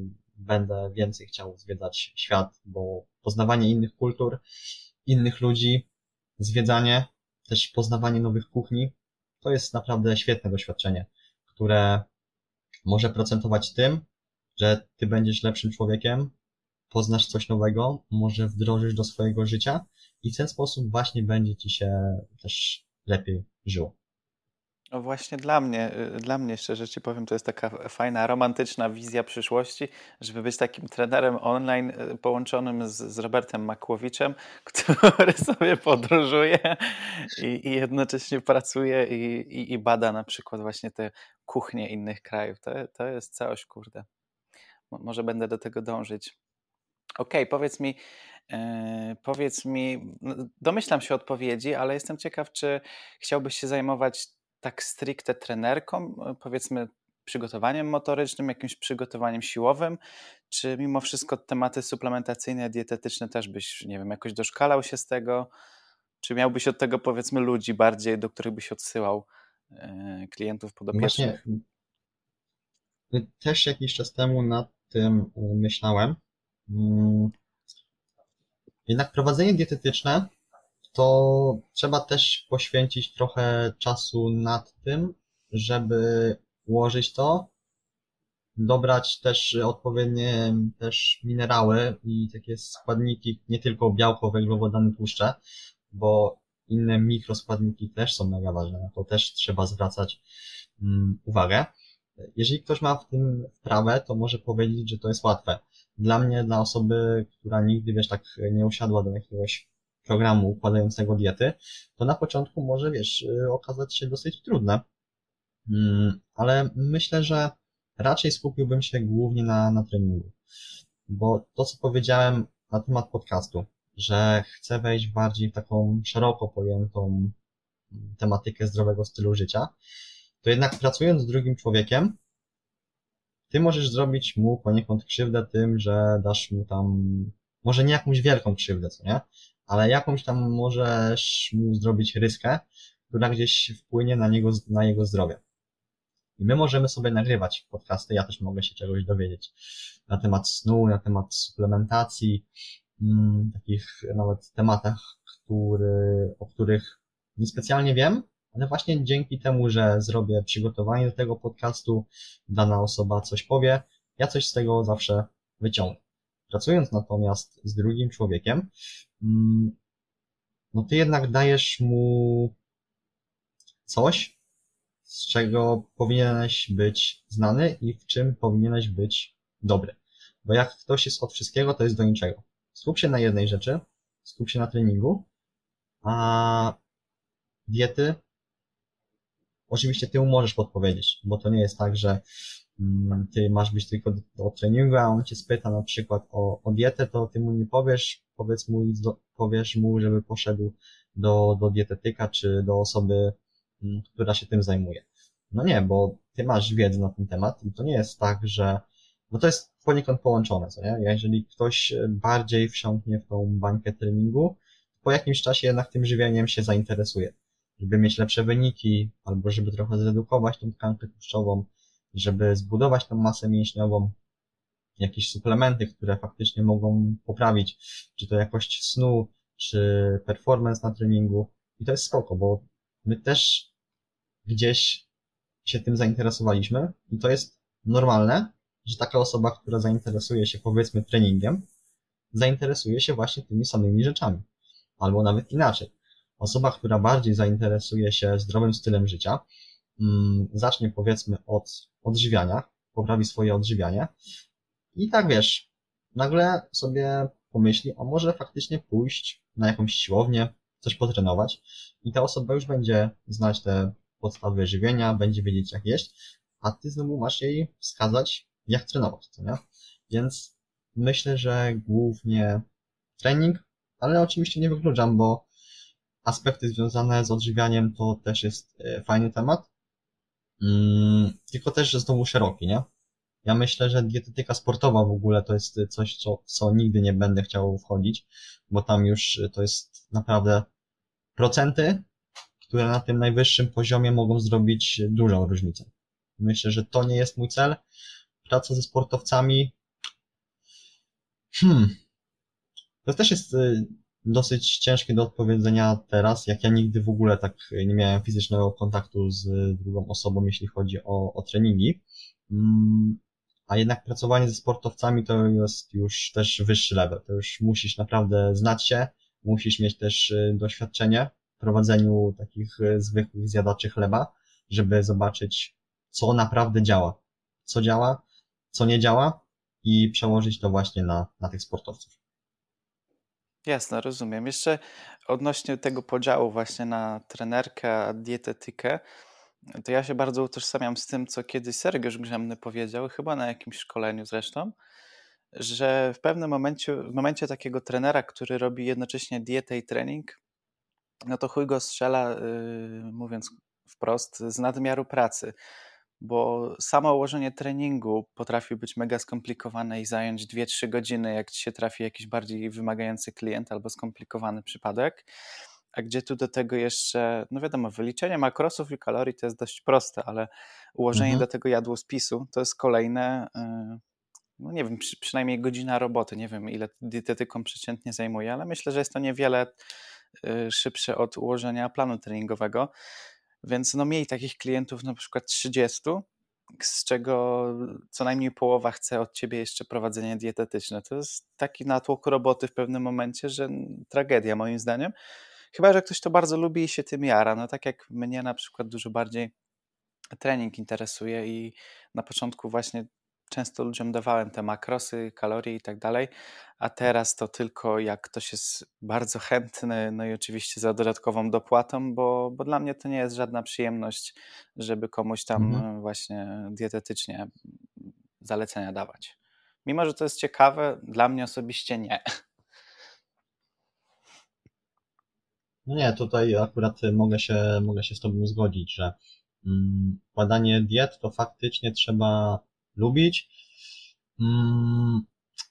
będę więcej chciał zwiedzać świat, bo poznawanie innych kultur, innych ludzi, zwiedzanie, też poznawanie nowych kuchni, to jest naprawdę świetne doświadczenie, które może procentować tym, że ty będziesz lepszym człowiekiem, poznasz coś nowego, może wdrożysz do swojego życia i w ten sposób właśnie będzie ci się też lepiej żyło. No właśnie dla mnie, y, dla mnie szczerze ci powiem, to jest taka fajna, romantyczna wizja przyszłości, żeby być takim trenerem online y, połączonym z, z Robertem Makłowiczem, który sobie podróżuje i, i jednocześnie pracuje i, i, i bada na przykład właśnie te kuchnie innych krajów. To, to jest całość, kurde. Mo- Może będę do tego dążyć. Okej, powiedz mi, e, powiedz mi, no, domyślam się odpowiedzi, ale jestem ciekaw, czy chciałbyś się zajmować tak stricte trenerką, e, powiedzmy przygotowaniem motorycznym, jakimś przygotowaniem siłowym, czy mimo wszystko tematy suplementacyjne, dietetyczne też byś, nie wiem, jakoś doszkalał się z tego, czy miałbyś od tego powiedzmy ludzi bardziej, do których byś odsyłał e, klientów Właśnie podopiecznych? y, też jakiś czas temu nad tym y, myślałem. Mm, Jednak prowadzenie dietetyczne to trzeba też poświęcić trochę czasu nad tym, żeby ułożyć to, dobrać też odpowiednie też minerały i takie składniki, nie tylko białko, węglowodany, tłuszcze, bo inne mikroskładniki też są mega ważne, na to też trzeba zwracać mm, uwagę. Jeżeli ktoś ma w tym wprawę, to może powiedzieć, że to jest łatwe. Dla mnie, dla osoby, która nigdy, wiesz, tak nie usiadła do jakiegoś programu układającego diety, to na początku może, wiesz, y, okazać się dosyć trudne. Mm, Ale myślę, że raczej skupiłbym się głównie na, na treningu. Bo to, co powiedziałem na temat podcastu, że chcę wejść bardziej w taką szeroko pojętą tematykę zdrowego stylu życia, to jednak pracując z drugim człowiekiem, ty możesz zrobić mu poniekąd krzywdę tym, że dasz mu tam, może nie jakąś wielką krzywdę, co nie? Ale jakąś tam możesz mu zrobić ryskę, która gdzieś wpłynie na niego, na jego zdrowie. I my możemy sobie nagrywać podcasty, ja też mogę się czegoś dowiedzieć na temat snu, na temat suplementacji, mm, takich nawet tematach, który, o których niespecjalnie wiem, ale właśnie dzięki temu, że zrobię przygotowanie do tego podcastu, dana osoba coś powie, ja coś z tego zawsze wyciągnę. Pracując natomiast z drugim człowiekiem, mm, no ty jednak dajesz mu coś, z czego powinieneś być znany i w czym powinieneś być dobry. Bo jak ktoś jest od wszystkiego, to jest do niczego. Skup się na jednej rzeczy, skup się na treningu, a diety oczywiście ty mu możesz podpowiedzieć, bo to nie jest tak, że mm, ty masz być tylko do, do treningu, a on cię spyta na przykład o, o dietę, to ty mu nie powiesz, powiedz mu, idź do, powiesz mu, żeby poszedł do, do dietetyka, czy do osoby, mm, która się tym zajmuje. No nie, bo ty masz wiedzę na ten temat i to nie jest tak, że, bo to jest poniekąd połączone, co nie? Jeżeli ktoś bardziej wsiąknie w tą bańkę treningu, po jakimś czasie jednak tym żywieniem się zainteresuje, żeby mieć lepsze wyniki, albo żeby trochę zredukować tą tkankę tłuszczową, żeby zbudować tą masę mięśniową, jakieś suplementy, które faktycznie mogą poprawić, czy to jakość snu, czy performance na treningu. I to jest spoko, bo my też gdzieś się tym zainteresowaliśmy i to jest normalne, że taka osoba, która zainteresuje się powiedzmy treningiem, zainteresuje się właśnie tymi samymi rzeczami. Albo nawet inaczej. Osoba, która bardziej zainteresuje się zdrowym stylem życia, mm, zacznie powiedzmy od odżywiania, poprawi swoje odżywianie i tak wiesz, nagle sobie pomyśli, a może faktycznie pójść na jakąś siłownię, coś potrenować i ta osoba już będzie znać te podstawy żywienia, będzie wiedzieć jak jeść, a ty znowu masz jej wskazać jak trenować, co nie? Więc myślę, że głównie trening, ale oczywiście nie wykluczam, bo aspekty związane z odżywianiem to też jest e, fajny temat, mm, tylko też, że znowu szeroki, nie? Ja myślę, że dietetyka sportowa w ogóle to jest coś, co, co nigdy nie będę chciał wchodzić, bo tam już to jest naprawdę procenty, które na tym najwyższym poziomie mogą zrobić dużą różnicę. Myślę, że to nie jest mój cel. Praca ze sportowcami, hmm, to też jest y, dosyć ciężkie do odpowiedzenia teraz, jak ja nigdy w ogóle tak nie miałem fizycznego kontaktu z drugą osobą, jeśli chodzi o, o treningi. Mm, a jednak pracowanie ze sportowcami to jest już też wyższy level. To już musisz naprawdę znać się, musisz mieć też y, doświadczenie w prowadzeniu takich y, zwykłych zjadaczy chleba, żeby zobaczyć, co naprawdę działa. Co działa, co nie działa i przełożyć to właśnie na, na tych sportowców. Jasne, rozumiem. Jeszcze odnośnie tego podziału właśnie na trenerkę a dietetykę, to ja się bardzo utożsamiam z tym, co kiedyś Sergiusz Grzemny powiedział, chyba na jakimś szkoleniu zresztą, że w pewnym momencie, w momencie takiego trenera, który robi jednocześnie dietę i trening, no to chuj go strzela, yy, mówiąc wprost, z nadmiaru pracy, bo samo ułożenie treningu potrafi być mega skomplikowane i zająć dwie trzy godziny, jak ci się trafi jakiś bardziej wymagający klient albo skomplikowany przypadek. A gdzie tu do tego jeszcze, no wiadomo, wyliczenie makrosów i kalorii to jest dość proste, ale ułożenie Mhm. do tego jadłospisu to jest kolejne, yy, no nie wiem, przy, przynajmniej godzina roboty. Nie wiem, ile dietetykom przeciętnie zajmuje, ale myślę, że jest to niewiele y, szybsze od ułożenia planu treningowego. Więc no miej takich klientów na przykład trzydziestu, z czego co najmniej połowa chce od ciebie jeszcze prowadzenie dietetyczne. To jest taki natłok roboty w pewnym momencie, że tragedia moim zdaniem. Chyba że ktoś to bardzo lubi i się tym jara. No tak jak mnie na przykład dużo bardziej trening interesuje i na początku właśnie często ludziom dawałem te makrosy, kalorie i tak dalej, a teraz to tylko jak ktoś jest bardzo chętny, no i oczywiście za dodatkową dopłatą, bo, bo dla mnie to nie jest żadna przyjemność, żeby komuś tam Mhm. e, właśnie dietetycznie mm, zalecenia dawać. Mimo, że to jest ciekawe, dla mnie osobiście nie. No nie, tutaj akurat mogę się, mogę się z Tobą zgodzić, że Mm, Układanie diet to faktycznie trzeba lubić, mm,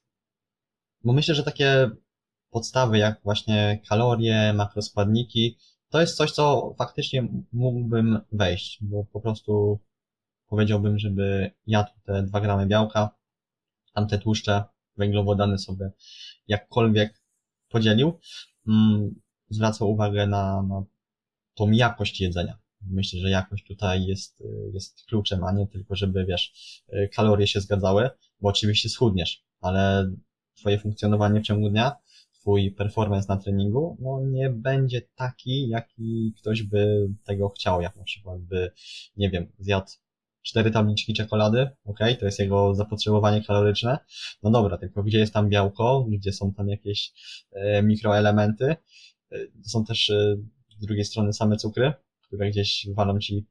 bo myślę, że takie podstawy jak właśnie kalorie, makroskładniki, to jest coś, co faktycznie mógłbym wejść, bo po prostu powiedziałbym, żeby jadł te dwa gramy białka, tamte tłuszcze, węglowodany sobie jakkolwiek podzielił, mm, zwracał uwagę na, na tą jakość jedzenia. Myślę, że jakość tutaj jest, jest kluczem, a nie tylko, żeby, wiesz, kalorie się zgadzały, bo oczywiście schudniesz, ale twoje funkcjonowanie w ciągu dnia, twój performance na treningu, no nie będzie taki, jaki ktoś by tego chciał, jak na przykład by, nie wiem, zjadł cztery tabliczki czekolady, okej, to jest jego zapotrzebowanie kaloryczne, no dobra, tylko gdzie jest tam białko, gdzie są tam jakieś e, mikroelementy, e, to są też e, z drugiej strony same cukry, które gdzieś walą ci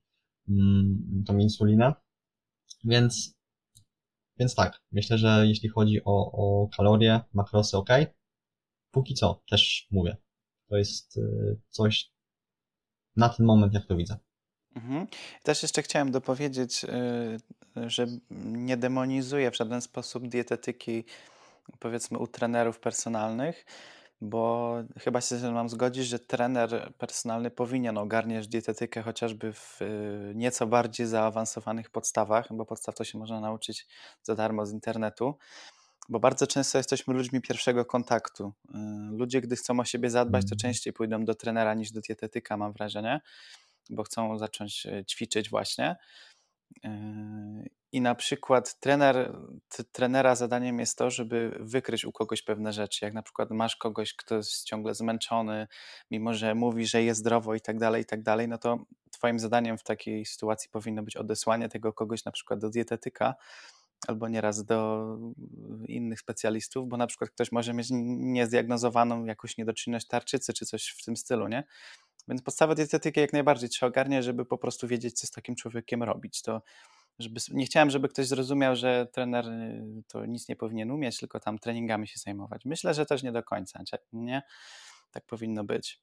mm, tą insulinę, więc, więc tak, myślę, że jeśli chodzi o, o kalorie, makrosy, ok, póki co, też mówię, to jest e, coś na ten moment, jak to widzę. Mhm. Też jeszcze chciałem dopowiedzieć, y, że nie demonizuję w żaden sposób dietetyki, powiedzmy, u trenerów personalnych, bo chyba się ze mną zgodzisz, że trener personalny powinien ogarniać dietetykę chociażby w y, nieco bardziej zaawansowanych podstawach, bo podstaw to się można nauczyć za darmo z internetu, bo bardzo często jesteśmy ludźmi pierwszego kontaktu. Y, Ludzie, gdy chcą o siebie zadbać, to częściej pójdą do trenera niż do dietetyka, mam wrażenie, bo chcą zacząć e, ćwiczyć właśnie. Yy, I na przykład trener, t- trenera zadaniem jest to, żeby wykryć u kogoś pewne rzeczy. Jak na przykład masz kogoś, kto jest ciągle zmęczony, mimo że mówi, że jest zdrowo i tak dalej, i tak dalej, no to twoim zadaniem w takiej sytuacji powinno być odesłanie tego kogoś na przykład do dietetyka albo nieraz do innych specjalistów, bo na przykład ktoś może mieć niezdiagnozowaną jakąś niedoczynność tarczycy czy coś w tym stylu, nie? Więc podstawę dietetyki jak najbardziej trzeba ogarniać, żeby po prostu wiedzieć, co z takim człowiekiem robić. To żeby, nie chciałem, żeby ktoś zrozumiał, że trener y, to nic nie powinien umieć, tylko tam treningami się zajmować. Myślę, że też nie do końca, nie? Tak powinno być.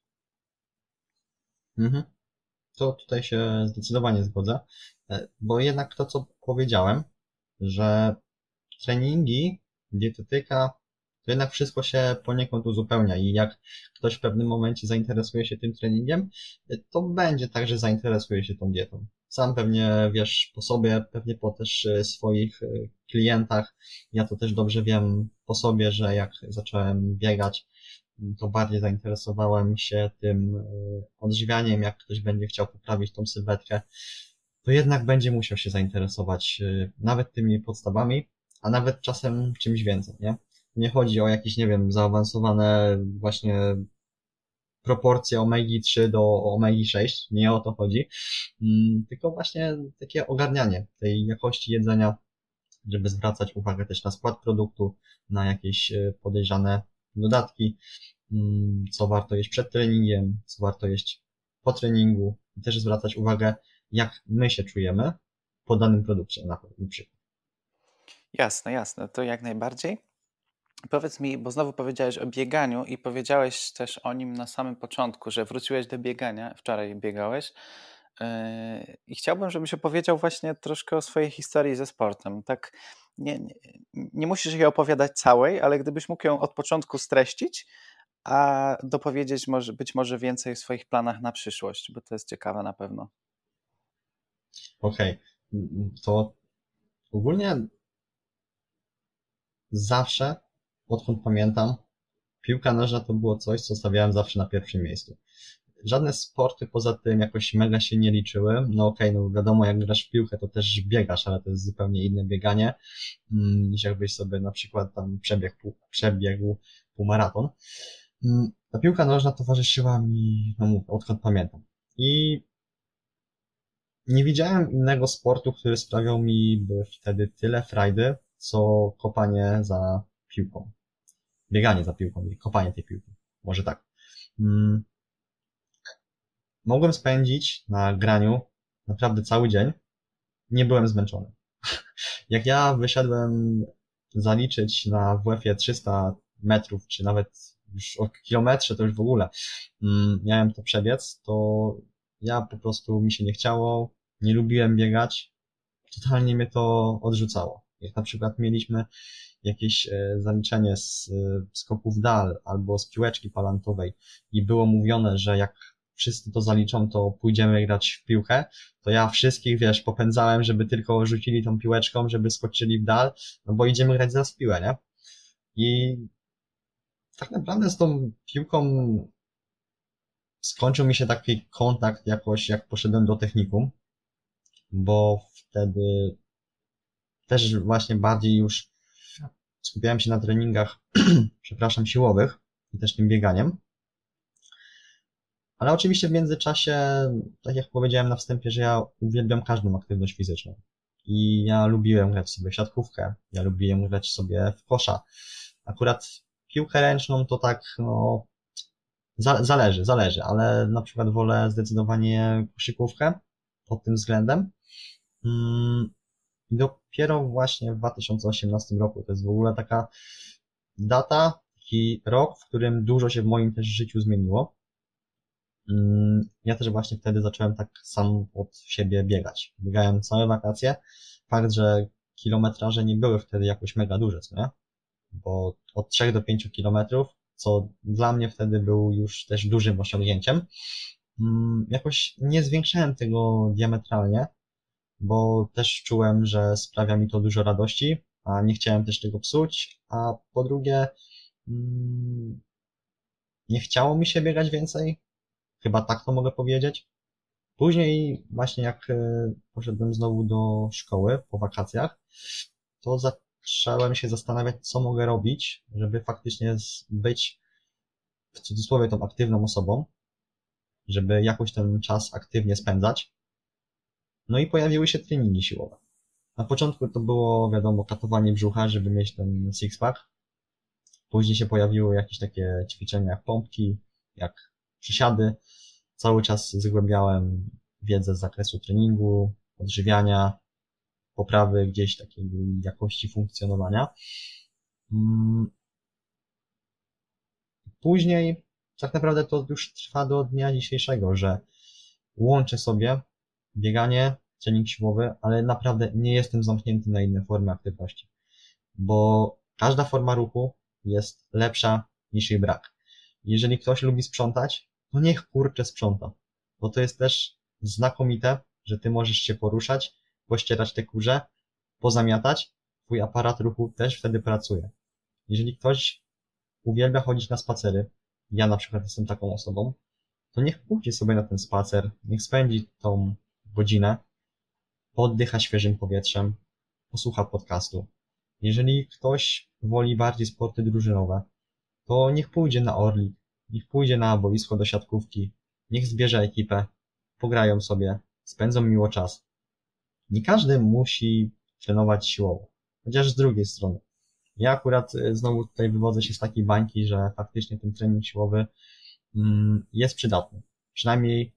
Mhm. To tutaj się zdecydowanie zgodzę, e, bo jednak to, co powiedziałem, że treningi, dietetyka, to jednak wszystko się poniekąd uzupełnia i jak ktoś w pewnym momencie zainteresuje się tym treningiem, to będzie tak, że zainteresuje się tą dietą. Sam pewnie wiesz po sobie, pewnie po też e, swoich e, klientach. Ja to też dobrze wiem po sobie, że jak zacząłem biegać, to bardziej zainteresowałem się tym e, odżywianiem, jak ktoś będzie chciał poprawić tą sylwetkę, to jednak będzie musiał się zainteresować e, nawet tymi podstawami, a nawet czasem czymś więcej, nie? Nie chodzi o jakieś, nie wiem, zaawansowane właśnie proporcje omegi trzy do omegi sześć, nie o to chodzi, mm, tylko właśnie takie ogarnianie tej jakości jedzenia, żeby zwracać uwagę też na skład produktu, na jakieś e, podejrzane dodatki, mm, co warto jeść przed treningiem, co warto jeść po treningu i też zwracać uwagę, jak my się czujemy po danym produkcie na przykład. Jasne, jasne, to jak najbardziej. Powiedz mi, bo znowu powiedziałeś o bieganiu i powiedziałeś też o nim na samym początku, że wróciłeś do biegania, wczoraj biegałeś. Yy, I chciałbym, żebyś opowiedział właśnie troszkę o swojej historii ze sportem. Tak, nie, nie, nie musisz jej opowiadać całej, ale gdybyś mógł ją od początku streścić, a dopowiedzieć może, być może więcej o swoich planach na przyszłość, bo to jest ciekawe na pewno. Okej, to ogólnie zawsze, odkąd pamiętam, piłka nożna to było coś, co stawiałem zawsze na pierwszym miejscu. Żadne sporty poza tym jakoś mega się nie liczyły. No okej, okay, no wiadomo, jak grasz w piłkę, to też biegasz, ale to jest zupełnie inne bieganie, mm, niż jakbyś sobie na przykład tam przebiegł, pół, przebiegł półmaraton. Mm, Ta piłka nożna towarzyszyła mi, no mówię, odkąd pamiętam. I nie widziałem innego sportu, który sprawiał mi by wtedy tyle frajdy, co kopanie za piłką. Bieganie za piłką, nie kopanie tej piłki. Może tak. Mm, Mogłem spędzić na graniu naprawdę cały dzień. Nie byłem zmęczony. Jak ja wyszedłem zaliczyć na W F-ie trzysta metrów, czy nawet już o kilometrze, to już w ogóle mm, miałem to przebiec, to ja po prostu mi się nie chciało, nie lubiłem biegać, totalnie mnie to odrzucało. Jak na przykład mieliśmy jakieś e, zaliczenie z e, skoków dal albo z piłeczki palantowej i było mówione, że jak wszyscy to zaliczą, to pójdziemy grać w piłkę, to ja wszystkich, wiesz, popędzałem, żeby tylko rzucili tą piłeczką, żeby skoczyli w dal, no bo idziemy grać zaraz w piłę, nie? I tak naprawdę z tą piłką skończył mi się taki kontakt jakoś, jak poszedłem do technikum, bo wtedy też właśnie bardziej już skupiałem się na treningach, przepraszam, siłowych i też tym bieganiem. Ale oczywiście w międzyczasie, tak jak powiedziałem na wstępie, że ja uwielbiam każdą aktywność fizyczną. I ja lubiłem grać sobie w siatkówkę, ja lubiłem grać sobie w kosza. Akurat piłkę ręczną to tak, no, za, zależy, zależy, ale na przykład wolę zdecydowanie koszykówkę pod tym względem. Mm, I dopiero właśnie w dwa tysiące osiemnastym roku, to jest w ogóle taka data, taki rok, w którym dużo się w moim też życiu zmieniło. Ja też właśnie wtedy zacząłem tak sam od siebie biegać. Biegałem całe wakacje. Fakt, że kilometraże nie były wtedy jakoś mega duże, co nie? Bo od trzech do pięciu kilometrów, co dla mnie wtedy był już też dużym osiągnięciem, jakoś nie zwiększałem tego diametralnie, bo też czułem, że sprawia mi to dużo radości, a nie chciałem też tego psuć, a po drugie, nie chciało mi się biegać więcej, chyba tak to mogę powiedzieć. Później właśnie jak poszedłem znowu do szkoły po wakacjach, to zacząłem się zastanawiać, co mogę robić, żeby faktycznie być w cudzysłowie tą aktywną osobą, żeby jakoś ten czas aktywnie spędzać. No i pojawiły się treningi siłowe. Na początku to było, wiadomo, katowanie brzucha, żeby mieć ten six-pack. Później się pojawiły jakieś takie ćwiczenia jak pompki, jak przysiady. Cały czas zgłębiałem wiedzę z zakresu treningu, odżywiania, poprawy gdzieś takiej jakości funkcjonowania. Później tak naprawdę to już trwa do dnia dzisiejszego, że łączę sobie bieganie, trening siłowy, ale naprawdę nie jestem zamknięty na inne formy aktywności, bo każda forma ruchu jest lepsza niż jej brak. Jeżeli ktoś lubi sprzątać, to niech kurczę sprząta, bo to jest też znakomite, że ty możesz się poruszać, pościerać te kurze, pozamiatać, twój aparat ruchu też wtedy pracuje. Jeżeli ktoś uwielbia chodzić na spacery, ja na przykład jestem taką osobą, to niech pójdzie sobie na ten spacer, niech spędzi tą godzinę, oddycha świeżym powietrzem, posłucha podcastu. Jeżeli ktoś woli bardziej sporty drużynowe, to niech pójdzie na Orlik, niech pójdzie na boisko do siatkówki, niech zbierze ekipę, pograją sobie, spędzą miło czas. Nie każdy musi trenować siłowo, chociaż z drugiej strony. Ja akurat znowu tutaj wywodzę się z takiej bańki, że faktycznie ten trening siłowy jest przydatny. Przynajmniej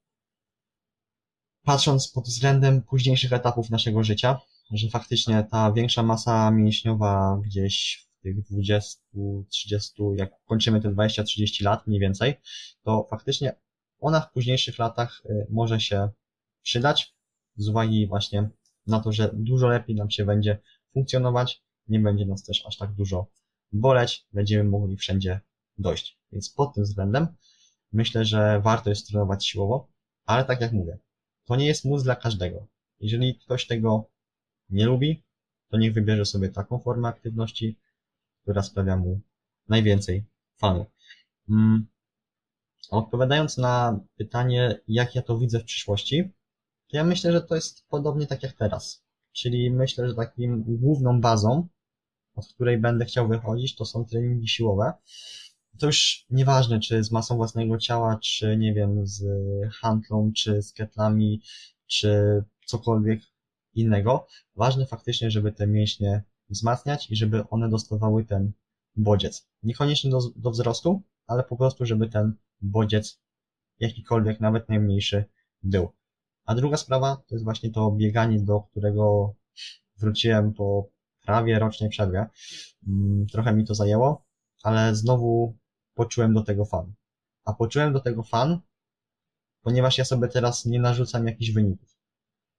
patrząc pod względem późniejszych etapów naszego życia, że faktycznie ta większa masa mięśniowa gdzieś w tych dwudziestu, trzydziestu, jak kończymy te dwadzieścia trzydzieści lat mniej więcej, to faktycznie ona w późniejszych latach może się przydać z uwagi właśnie na to, że dużo lepiej nam się będzie funkcjonować, nie będzie nas też aż tak dużo boleć, będziemy mogli wszędzie dojść. Więc pod tym względem myślę, że warto jest trenować siłowo, ale tak jak mówię, to nie jest mus dla każdego. Jeżeli ktoś tego nie lubi, to niech wybierze sobie taką formę aktywności, która sprawia mu najwięcej fanu. Hmm. Odpowiadając na pytanie, jak ja to widzę w przyszłości, to ja myślę, że to jest podobnie tak jak teraz. Czyli myślę, że takim główną bazą, od której będę chciał wychodzić, to są treningi siłowe. To już nieważne, czy z masą własnego ciała, czy nie wiem, z hantlą, czy z ketlami, czy cokolwiek innego. Ważne faktycznie, żeby te mięśnie wzmacniać i żeby one dostawały ten bodziec. Niekoniecznie do, do wzrostu, ale po prostu, żeby ten bodziec, jakikolwiek, nawet najmniejszy, był. A druga sprawa to jest właśnie to bieganie, do którego wróciłem po prawie rocznej przerwie. Trochę mi to zajęło, ale znowu poczułem do tego fan. A poczułem do tego fan, ponieważ ja sobie teraz nie narzucam jakichś wyników.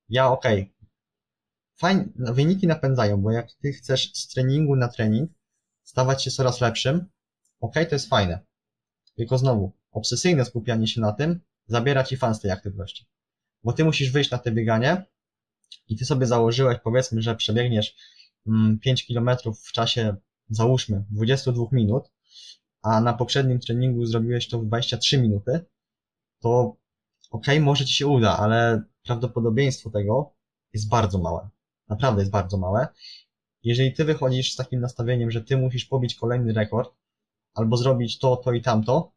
Ja okej, okay, fajnie, no, wyniki napędzają, bo jak ty chcesz z treningu na trening stawać się coraz lepszym, okej, okay, to jest fajne. Tylko znowu, obsesyjne skupianie się na tym zabiera ci fan z tej aktywności. Bo ty musisz wyjść na te bieganie i ty sobie założyłeś, powiedzmy, że przebiegniesz pięć kilometrów w czasie, załóżmy, dwadzieścia dwa minut, a na poprzednim treningu zrobiłeś to w dwadzieścia trzy minuty, to okej, okay, może ci się uda, ale prawdopodobieństwo tego jest bardzo małe. Naprawdę jest bardzo małe. Jeżeli ty wychodzisz z takim nastawieniem, że ty musisz pobić kolejny rekord, albo zrobić to, to i tamto,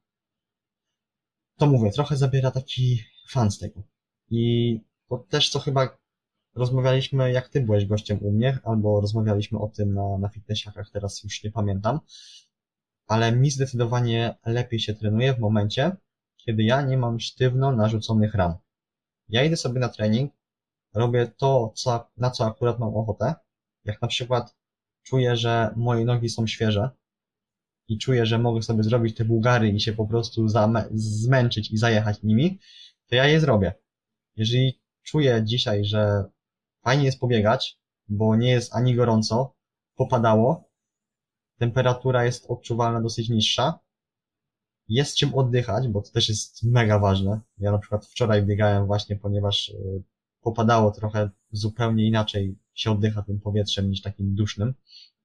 to mówię, trochę zabiera taki fan z tego. I to też, co chyba rozmawialiśmy, jak ty byłeś gościem u mnie, albo rozmawialiśmy o tym na, na fitnessiakach, teraz już nie pamiętam, ale mi zdecydowanie lepiej się trenuje w momencie, kiedy ja nie mam sztywno narzuconych ram. Ja idę sobie na trening, robię to, co, na co akurat mam ochotę. Jak na przykład czuję, że moje nogi są świeże i czuję, że mogę sobie zrobić te bułgary i się po prostu zmęczyć i zajechać nimi, to ja je zrobię. Jeżeli czuję dzisiaj, że fajnie jest pobiegać, bo nie jest ani gorąco, popadało, temperatura jest odczuwalna dosyć niższa, jest czym oddychać, bo to też jest mega ważne. Ja na przykład wczoraj biegałem właśnie, ponieważ popadało trochę zupełnie inaczej się oddycha tym powietrzem niż takim dusznym,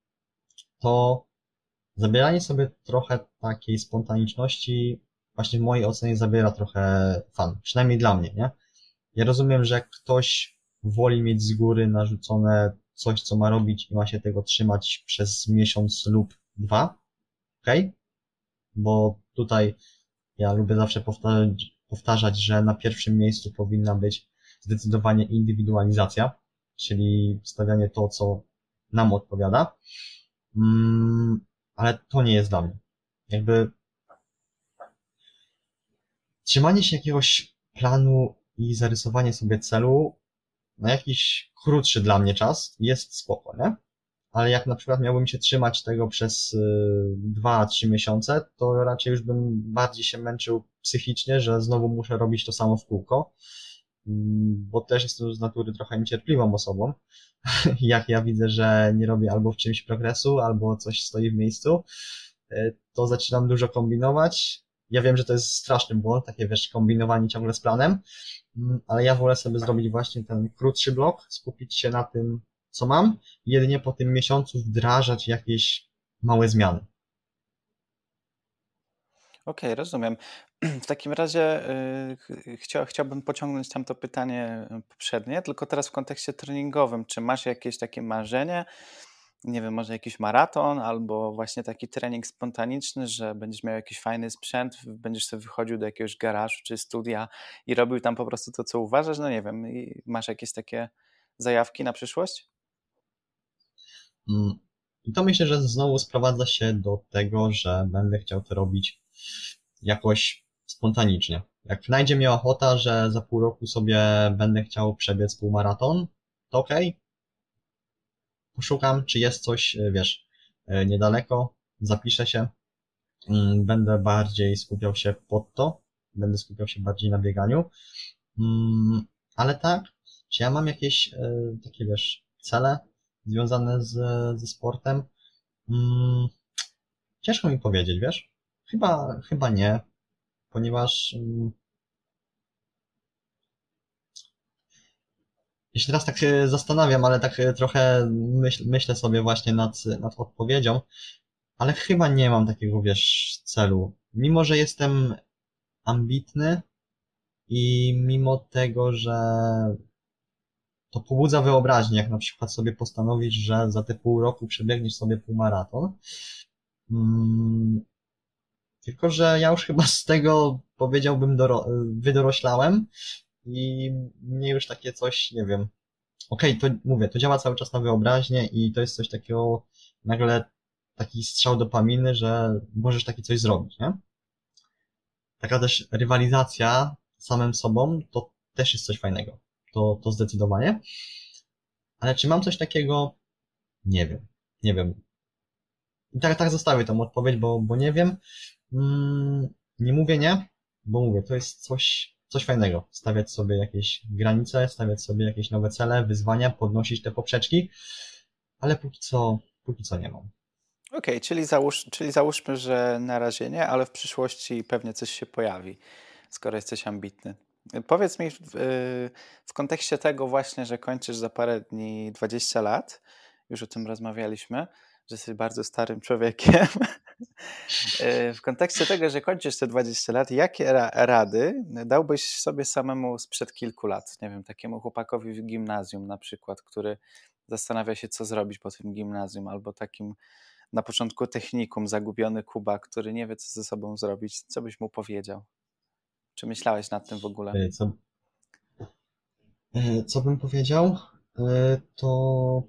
to zabieranie sobie trochę takiej spontaniczności właśnie w mojej ocenie zabiera trochę fan, przynajmniej dla mnie, nie? Ja rozumiem, że jak ktoś woli mieć z góry narzucone coś, co ma robić i ma się tego trzymać przez miesiąc lub dwa, okej? Okay? Bo tutaj ja lubię zawsze powtarzać, powtarzać, że na pierwszym miejscu powinna być zdecydowanie indywidualizacja, czyli stawianie to, co nam odpowiada, mm, ale to nie jest dla mnie. Jakby trzymanie się jakiegoś planu i zarysowanie sobie celu na jakiś krótszy dla mnie czas jest spoko, nie? Ale jak na przykład miałbym się trzymać tego przez dwa trzy miesiące, to raczej już bym bardziej się męczył psychicznie, że znowu muszę robić to samo w kółko, bo też jestem z natury trochę niecierpliwą osobą. Jak ja widzę, że nie robię albo w czymś progresu, albo coś stoi w miejscu, to zaczynam dużo kombinować. Ja wiem, że to jest straszny błąd, takie wiesz, kombinowanie ciągle z planem, ale ja wolę sobie zrobić właśnie ten krótszy blok, skupić się na tym, co mam, i jedynie po tym miesiącu wdrażać jakieś małe zmiany. Okej, rozumiem. W takim razie y, chcia, chciałbym pociągnąć tamto pytanie poprzednie, tylko teraz w kontekście treningowym. Czy masz jakieś takie marzenie, nie wiem, może jakiś maraton albo właśnie taki trening spontaniczny, że będziesz miał jakiś fajny sprzęt, będziesz sobie wychodził do jakiegoś garażu czy studia i robił tam po prostu to, co uważasz? No nie wiem, i masz jakieś takie zajawki na przyszłość? I to myślę, że znowu sprowadza się do tego, że będę chciał to robić jakoś spontanicznie. Jak znajdzie mnie ochota, że za pół roku sobie będę chciał przebiec półmaraton, to okej. Okay. Poszukam, czy jest coś, wiesz, niedaleko, zapiszę się, będę bardziej skupiał się pod to, będę skupiał się bardziej na bieganiu, ale tak, czy ja mam jakieś takie, wiesz, cele związane z, ze sportem? Ciężko mi powiedzieć, wiesz? Chyba, chyba nie, ponieważ ja się teraz tak zastanawiam, ale tak trochę myśl, myślę sobie właśnie nad, nad odpowiedzią, ale chyba nie mam takiego, wiesz, celu. Mimo, że jestem ambitny i mimo tego, że to pobudza wyobraźnię, jak na przykład sobie postanowisz, że za te pół roku przebiegniesz sobie półmaraton. Hmm, tylko, że ja już chyba z tego, powiedziałbym, doro- wydoroślałem i mnie już takie coś, nie wiem. Okej, okay, to mówię, to działa cały czas na wyobraźnię i to jest coś takiego, nagle taki strzał dopaminy, że możesz takie coś zrobić, nie? Taka też rywalizacja samym sobą, to też jest coś fajnego. To, to zdecydowanie. Ale czy mam coś takiego? Nie wiem. Nie wiem. I tak, tak zostawię tą odpowiedź, bo, bo nie wiem. Mm, nie mówię nie, bo mówię, to jest coś coś fajnego. Stawiać sobie jakieś granice, stawiać sobie jakieś nowe cele, wyzwania, podnosić te poprzeczki, ale póki co, póki co nie mam. Okej, okay, czyli, załóż, czyli załóżmy, że na razie nie, ale w przyszłości pewnie coś się pojawi, skoro jesteś ambitny. Powiedz mi w, w kontekście tego właśnie, że kończysz za parę dni dwadzieścia lat, już o tym rozmawialiśmy, że jesteś bardzo starym człowiekiem. W kontekście tego, że kończysz te dwadzieścia lat, jakie ra- rady dałbyś sobie samemu sprzed kilku lat? Nie wiem, takiemu chłopakowi w gimnazjum na przykład, który zastanawia się, co zrobić po tym gimnazjum, albo takim na początku technikum zagubiony Kuba, który nie wie, co ze sobą zrobić. Co byś mu powiedział? Czy myślałeś nad tym w ogóle? Co, co bym powiedział? To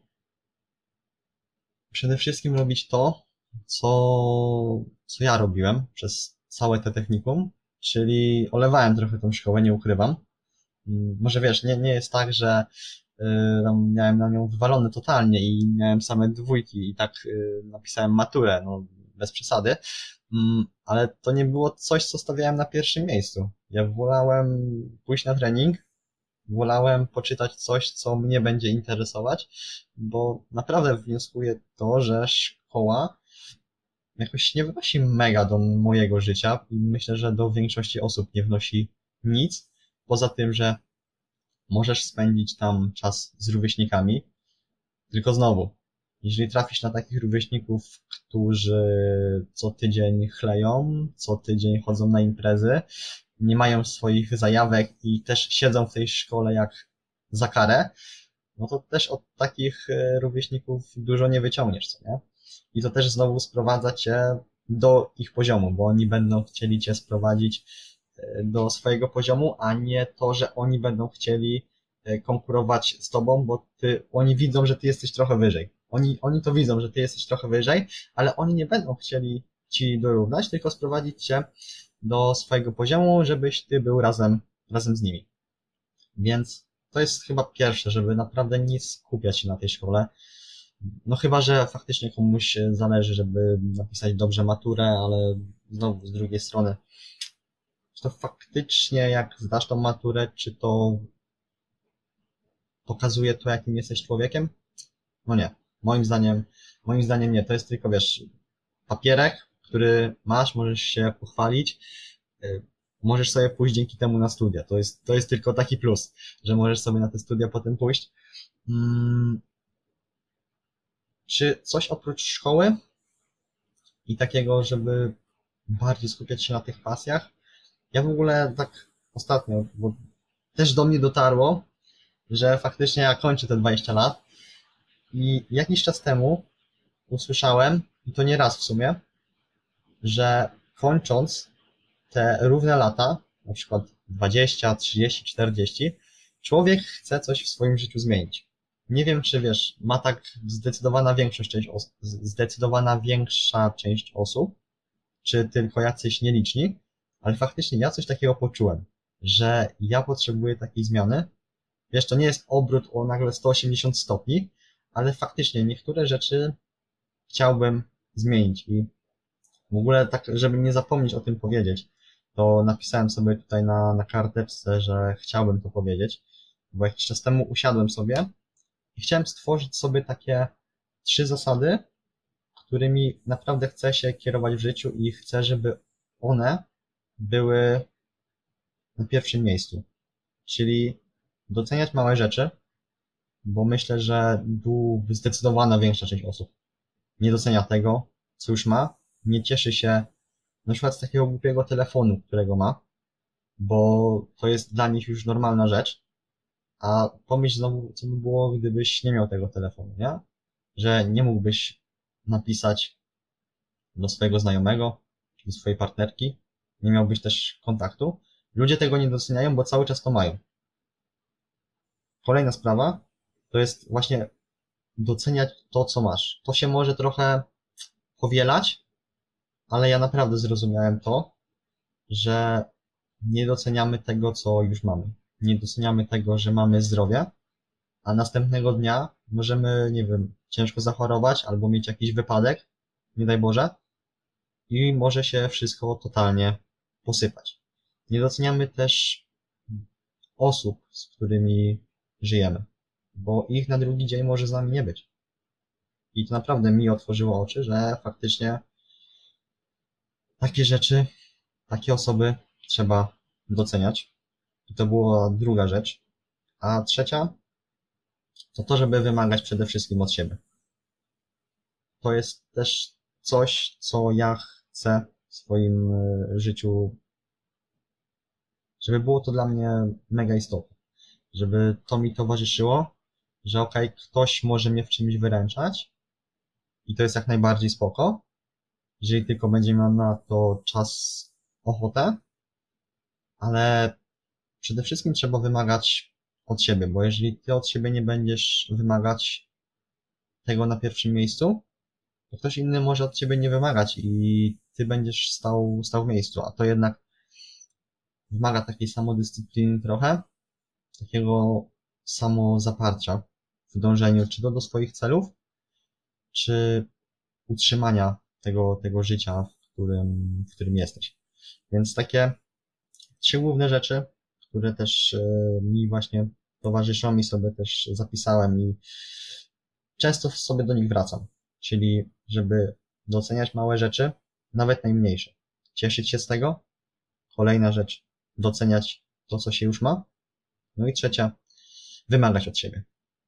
przede wszystkim robić to, co, co ja robiłem przez całe te technikum, czyli olewałem trochę tą szkołę, nie ukrywam. Może wiesz, nie, nie jest tak, że y, tam miałem na nią wywalone totalnie i miałem same dwójki i tak y, napisałem maturę, no bez przesady, mm, ale to nie było coś, co stawiałem na pierwszym miejscu. Ja wolałem pójść na trening, wolałem poczytać coś, co mnie będzie interesować, bo naprawdę wnioskuję to, że szkoła jakoś nie wnosi mega do mojego życia i myślę, że do większości osób nie wnosi nic, poza tym, że możesz spędzić tam czas z rówieśnikami, tylko znowu, jeżeli trafisz na takich rówieśników, którzy co tydzień chleją, co tydzień chodzą na imprezy, nie mają swoich zajawek i też siedzą w tej szkole jak za karę, no to też od takich rówieśników dużo nie wyciągniesz, co nie? I to też znowu sprowadza cię do ich poziomu, bo oni będą chcieli cię sprowadzić do swojego poziomu, a nie to, że oni będą chcieli konkurować z tobą, bo ty, oni widzą, że ty jesteś trochę wyżej. Oni, oni to widzą, że ty jesteś trochę wyżej, ale oni nie będą chcieli ci dorównać, tylko sprowadzić cię do swojego poziomu, żebyś ty był razem, razem z nimi. Więc to jest chyba pierwsze, żeby naprawdę nie skupiać się na tej szkole. No chyba, że faktycznie komuś zależy, żeby napisać dobrze maturę, ale znowu z drugiej strony, czy to faktycznie jak zdasz tą maturę, czy to pokazuje to, jakim jesteś człowiekiem? No nie. Moim zdaniem, moim zdaniem nie. To jest tylko, wiesz, papierek, który masz, możesz się pochwalić, możesz sobie pójść dzięki temu na studia. To jest, to jest tylko taki plus, że możesz sobie na te studia potem pójść. Hmm. Czy coś oprócz szkoły i takiego, żeby bardziej skupiać się na tych pasjach? Ja w ogóle tak ostatnio, bo też do mnie dotarło, że faktycznie ja kończę te dwadzieścia lat i jakiś czas temu usłyszałem, i to nie raz w sumie, że kończąc te równe lata, na przykład dwadzieścia, trzydzieści, czterdzieści, człowiek chce coś w swoim życiu zmienić. Nie wiem, czy wiesz, ma tak zdecydowana większość, część os- zdecydowana większa część osób, czy tylko jacyś nieliczni, ale faktycznie ja coś takiego poczułem, że ja potrzebuję takiej zmiany. Wiesz, to nie jest obrót o nagle sto osiemdziesiąt stopni, ale faktycznie niektóre rzeczy chciałbym zmienić i w ogóle tak, żeby nie zapomnieć o tym powiedzieć, to napisałem sobie tutaj na, na karteczce, że chciałbym to powiedzieć, bo jakiś czas temu usiadłem sobie i chciałem stworzyć sobie takie trzy zasady, którymi naprawdę chcę się kierować w życiu i chcę, żeby one były na pierwszym miejscu. Czyli doceniać małe rzeczy, bo myślę, że tu zdecydowana większa część osób nie docenia tego, co już ma, nie cieszy się na przykład z takiego głupiego telefonu, którego ma, bo to jest dla nich już normalna rzecz, a pomyśl znowu, co by było, gdybyś nie miał tego telefonu, nie? Że nie mógłbyś napisać do swojego znajomego, czy do swojej partnerki, nie miałbyś też kontaktu. Ludzie tego nie doceniają, bo cały czas to mają. Kolejna sprawa to jest właśnie doceniać to, co masz. To się może trochę powielać, ale ja naprawdę zrozumiałem to, że nie doceniamy tego, co już mamy. Nie doceniamy tego, że mamy zdrowie, a następnego dnia możemy, nie wiem, ciężko zachorować albo mieć jakiś wypadek, nie daj Boże, i może się wszystko totalnie posypać. Nie doceniamy też osób, z którymi żyjemy, bo ich na drugi dzień może z nami nie być. I to naprawdę mi otworzyło oczy, że faktycznie takie rzeczy, takie osoby trzeba doceniać. I to była druga rzecz. A trzecia to to, żeby wymagać przede wszystkim od siebie. To jest też coś, co ja chcę w swoim e, życiu, żeby było to dla mnie mega istotne. Żeby to mi towarzyszyło, że okej, okay, ktoś może mnie w czymś wyręczać i to jest jak najbardziej spoko, jeżeli tylko będzie miał na to czas, ochotę, ale przede wszystkim trzeba wymagać od siebie, bo jeżeli ty od siebie nie będziesz wymagać tego na pierwszym miejscu, to ktoś inny może od ciebie nie wymagać i ty będziesz stał, stał w miejscu, a to jednak wymaga takiej samodyscypliny trochę, takiego samozaparcia w dążeniu czy to do swoich celów, czy utrzymania tego, tego życia, w którym, w którym jesteś. Więc takie trzy główne rzeczy, które też mi właśnie towarzyszą i sobie też zapisałem i często sobie do nich wracam. Czyli żeby doceniać małe rzeczy, nawet najmniejsze. Cieszyć się z tego. Kolejna rzecz, doceniać to, co się już ma. No i trzecia, wymagać od siebie.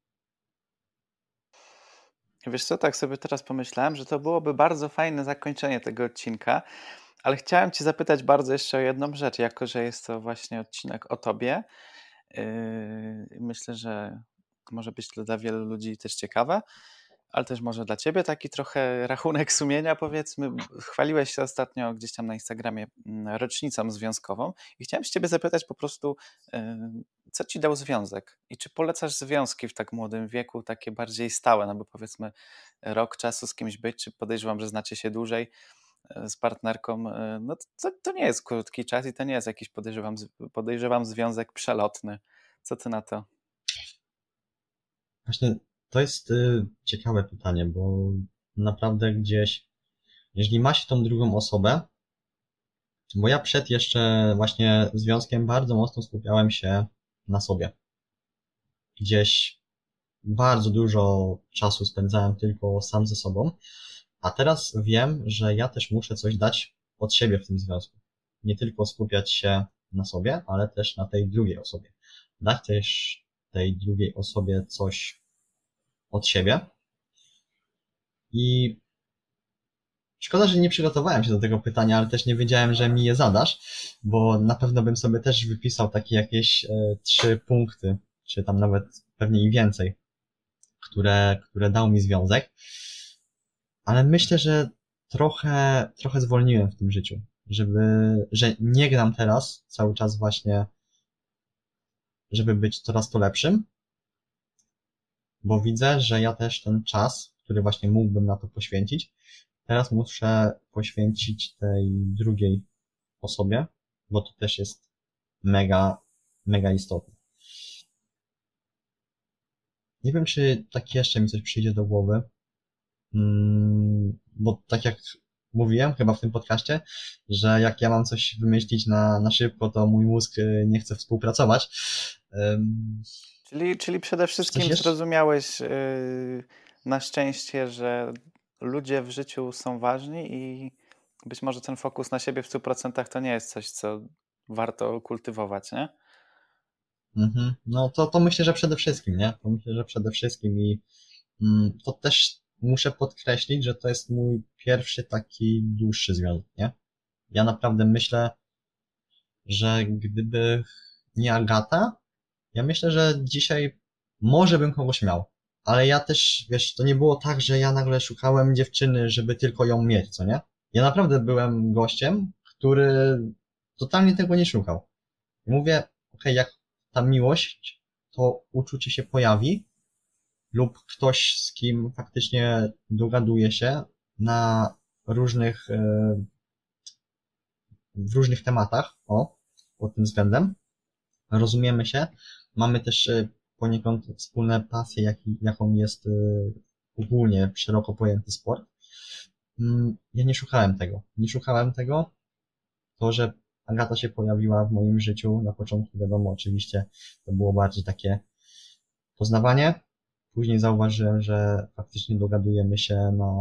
Wiesz co, tak sobie teraz pomyślałem, że to byłoby bardzo fajne zakończenie tego odcinka, ale chciałem Cię zapytać bardzo jeszcze o jedną rzecz, jako że jest to właśnie odcinek o Tobie. Yy, myślę, że może być to dla wielu ludzi też ciekawe, ale też może dla Ciebie taki trochę rachunek sumienia, powiedzmy. Chwaliłeś się ostatnio gdzieś tam na Instagramie rocznicą związkową i chciałem się Ciebie zapytać po prostu, yy, co Ci dał związek i czy polecasz związki w tak młodym wieku, takie bardziej stałe, no bo powiedzmy rok czasu z kimś być, czy podejrzewam, że znacie się dłużej z partnerką, no to, to nie jest krótki czas i to nie jest jakiś, podejrzewam, podejrzewam związek przelotny. Co Ty na to? Właśnie to jest y, ciekawe pytanie, bo naprawdę gdzieś, jeżeli ma się tą drugą osobę, bo ja przed jeszcze właśnie związkiem bardzo mocno skupiałem się na sobie. Gdzieś bardzo dużo czasu spędzałem tylko sam ze sobą, a teraz wiem, że ja też muszę coś dać od siebie w tym związku. Nie tylko skupiać się na sobie, ale też na tej drugiej osobie. Dać też tej drugiej osobie coś od siebie. I szkoda, że nie przygotowałem się do tego pytania, ale też nie wiedziałem, że mi je zadasz, bo na pewno bym sobie też wypisał takie jakieś e, trzy punkty, czy tam nawet pewnie i więcej, które, które dał mi związek. Ale myślę, że trochę, trochę zwolniłem w tym życiu, żeby, że nie gram teraz cały czas właśnie, żeby być coraz to lepszym, bo widzę, że ja też ten czas, który właśnie mógłbym na to poświęcić, teraz muszę poświęcić tej drugiej osobie, bo to też jest mega, mega istotne. Nie wiem, czy tak jeszcze mi coś przyjdzie do głowy, hmm, bo tak jak mówiłem chyba w tym podcaście, że jak ja mam coś wymyślić na, na szybko, to mój mózg nie chce współpracować. Um, Czyli, czyli przede wszystkim zrozumiałeś yy, na szczęście, że ludzie w życiu są ważni i być może ten fokus na siebie w stu procentach to nie jest coś, co warto kultywować, nie? Mhm. No to, to myślę, że przede wszystkim, nie? To myślę, że przede wszystkim i mm, to też muszę podkreślić, że to jest mój pierwszy taki dłuższy związek, nie? Ja naprawdę myślę, że gdyby nie Agata, ja myślę, że dzisiaj może bym kogoś miał. Ale ja też, wiesz, to nie było tak, że ja nagle szukałem dziewczyny, żeby tylko ją mieć, co nie? Ja naprawdę byłem gościem, który totalnie tego nie szukał. I mówię, okej, okay, jak ta miłość, to uczucie się pojawi lub ktoś, z kim faktycznie dogaduje się na różnych, w różnych tematach, o, pod tym względem, rozumiemy się, mamy też poniekąd wspólne pasje, jak, jaką jest ogólnie szeroko pojęty sport. Ja nie szukałem tego. Nie szukałem tego. To, że Agata się pojawiła w moim życiu. Na początku, wiadomo, oczywiście to było bardziej takie poznawanie. Później zauważyłem, że faktycznie dogadujemy się na,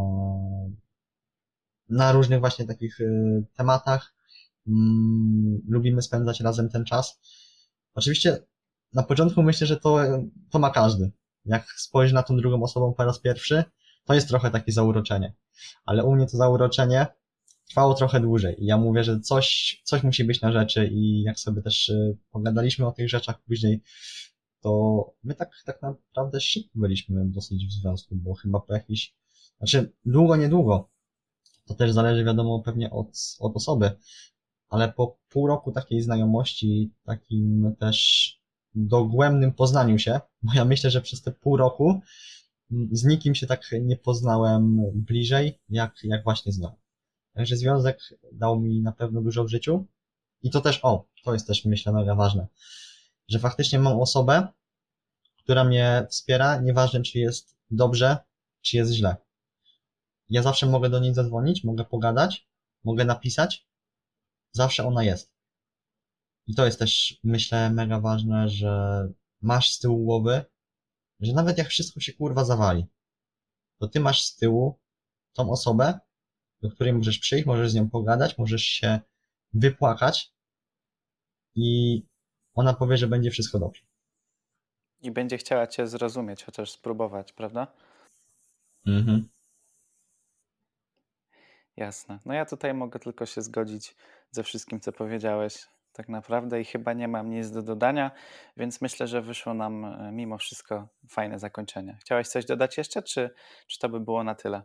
na różnych właśnie takich y, tematach. Mm, lubimy spędzać razem ten czas. Oczywiście na początku myślę, że to, to ma każdy. Jak spojrzy na tą drugą osobą po raz pierwszy, to jest trochę takie zauroczenie. Ale u mnie to zauroczenie trwało trochę dłużej. I ja mówię, że coś, coś musi być na rzeczy i jak sobie też y, pogadaliśmy o tych rzeczach później, to my tak, tak naprawdę szybko byliśmy dosyć w związku, bo chyba po jakiś, znaczy długo, niedługo. To też zależy wiadomo pewnie od, od osoby, ale po pół roku takiej znajomości, takim też dogłębnym poznaniu się, bo ja myślę, że przez te pół roku z nikim się tak nie poznałem bliżej, jak, jak właśnie z nią. Także związek dał mi na pewno dużo w życiu i to też, o, to jest też myślę mega ważne, że faktycznie mam osobę, która mnie wspiera, nieważne czy jest dobrze, czy jest źle. Ja zawsze mogę do niej zadzwonić, mogę pogadać, mogę napisać, zawsze ona jest. I to jest też, myślę, mega ważne, że masz z tyłu głowy, że nawet jak wszystko się kurwa zawali, to ty masz z tyłu tą osobę, do której możesz przyjść, możesz z nią pogadać, możesz się wypłakać i ona powie, że będzie wszystko dobrze. I będzie chciała cię zrozumieć, chociaż spróbować, prawda? Mhm. Jasne. No ja tutaj mogę tylko się zgodzić ze wszystkim, co powiedziałeś tak naprawdę i chyba nie mam nic do dodania, więc myślę, że wyszło nam e, mimo wszystko fajne zakończenie. Chciałeś coś dodać jeszcze, czy, czy to by było na tyle?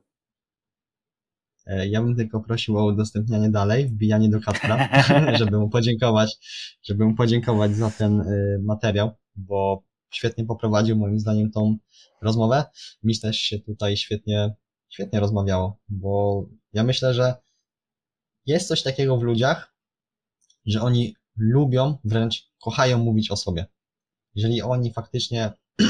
E, Ja bym tylko prosił o udostępnianie dalej, wbijanie do Kacpra, żeby mu podziękować, żeby mu podziękować za ten y, materiał, bo świetnie poprowadził moim zdaniem tą rozmowę. Mi też się tutaj świetnie, świetnie rozmawiało, bo ja myślę, że jest coś takiego w ludziach, że oni lubią, wręcz kochają mówić o sobie. Jeżeli oni faktycznie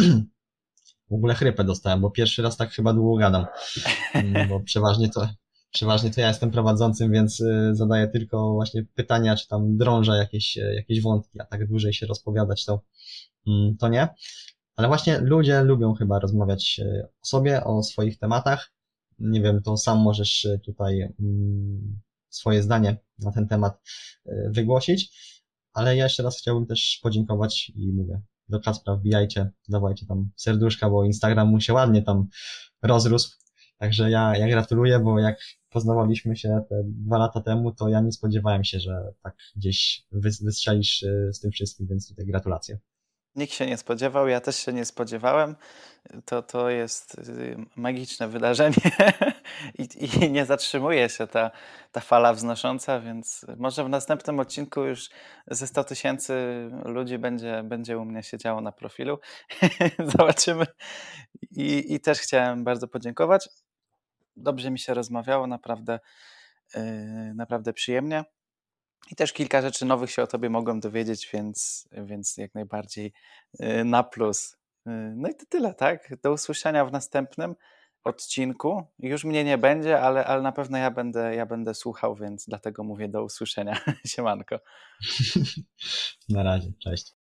w ogóle chrypę dostałem, bo pierwszy raz tak chyba długo gadam, Mm, bo przeważnie to, przeważnie to ja jestem prowadzącym, więc y, zadaję tylko właśnie pytania, czy tam drążę jakieś, y, jakieś wątki, a tak dłużej się rozpowiadać to, mm, to nie. Ale właśnie ludzie lubią chyba rozmawiać y, o sobie, o swoich tematach. Nie wiem, to sam możesz y, tutaj mm, swoje zdanie na ten temat y, wygłosić, ale ja jeszcze raz chciałbym też podziękować i mówię, do Kacpra wbijajcie, dawajcie tam serduszka, bo Instagram mu się ładnie tam rozrósł. Także ja, ja gratuluję, bo jak poznawaliśmy się te dwa lata temu, to ja nie spodziewałem się, że tak gdzieś wys- wystrzelisz y, z tym wszystkim, więc tutaj gratulacje. Nikt się nie spodziewał, ja też się nie spodziewałem. To, to jest y, magiczne wydarzenie I, i nie zatrzymuje się ta, ta fala wznosząca, więc może w następnym odcinku już ze sto tysięcy ludzi będzie, będzie u mnie siedziało na profilu. Zobaczymy. I, I też chciałem bardzo podziękować. Dobrze mi się rozmawiało, naprawdę, yy, naprawdę przyjemnie. I też kilka rzeczy nowych się o tobie mogłem dowiedzieć, więc, więc jak najbardziej yy, na plus. Yy, No i to tyle, tak? Do usłyszenia w następnym odcinku. Już mnie nie będzie, ale, ale na pewno ja będę, ja będę słuchał, więc dlatego mówię do usłyszenia. Siemanko. Na razie, cześć.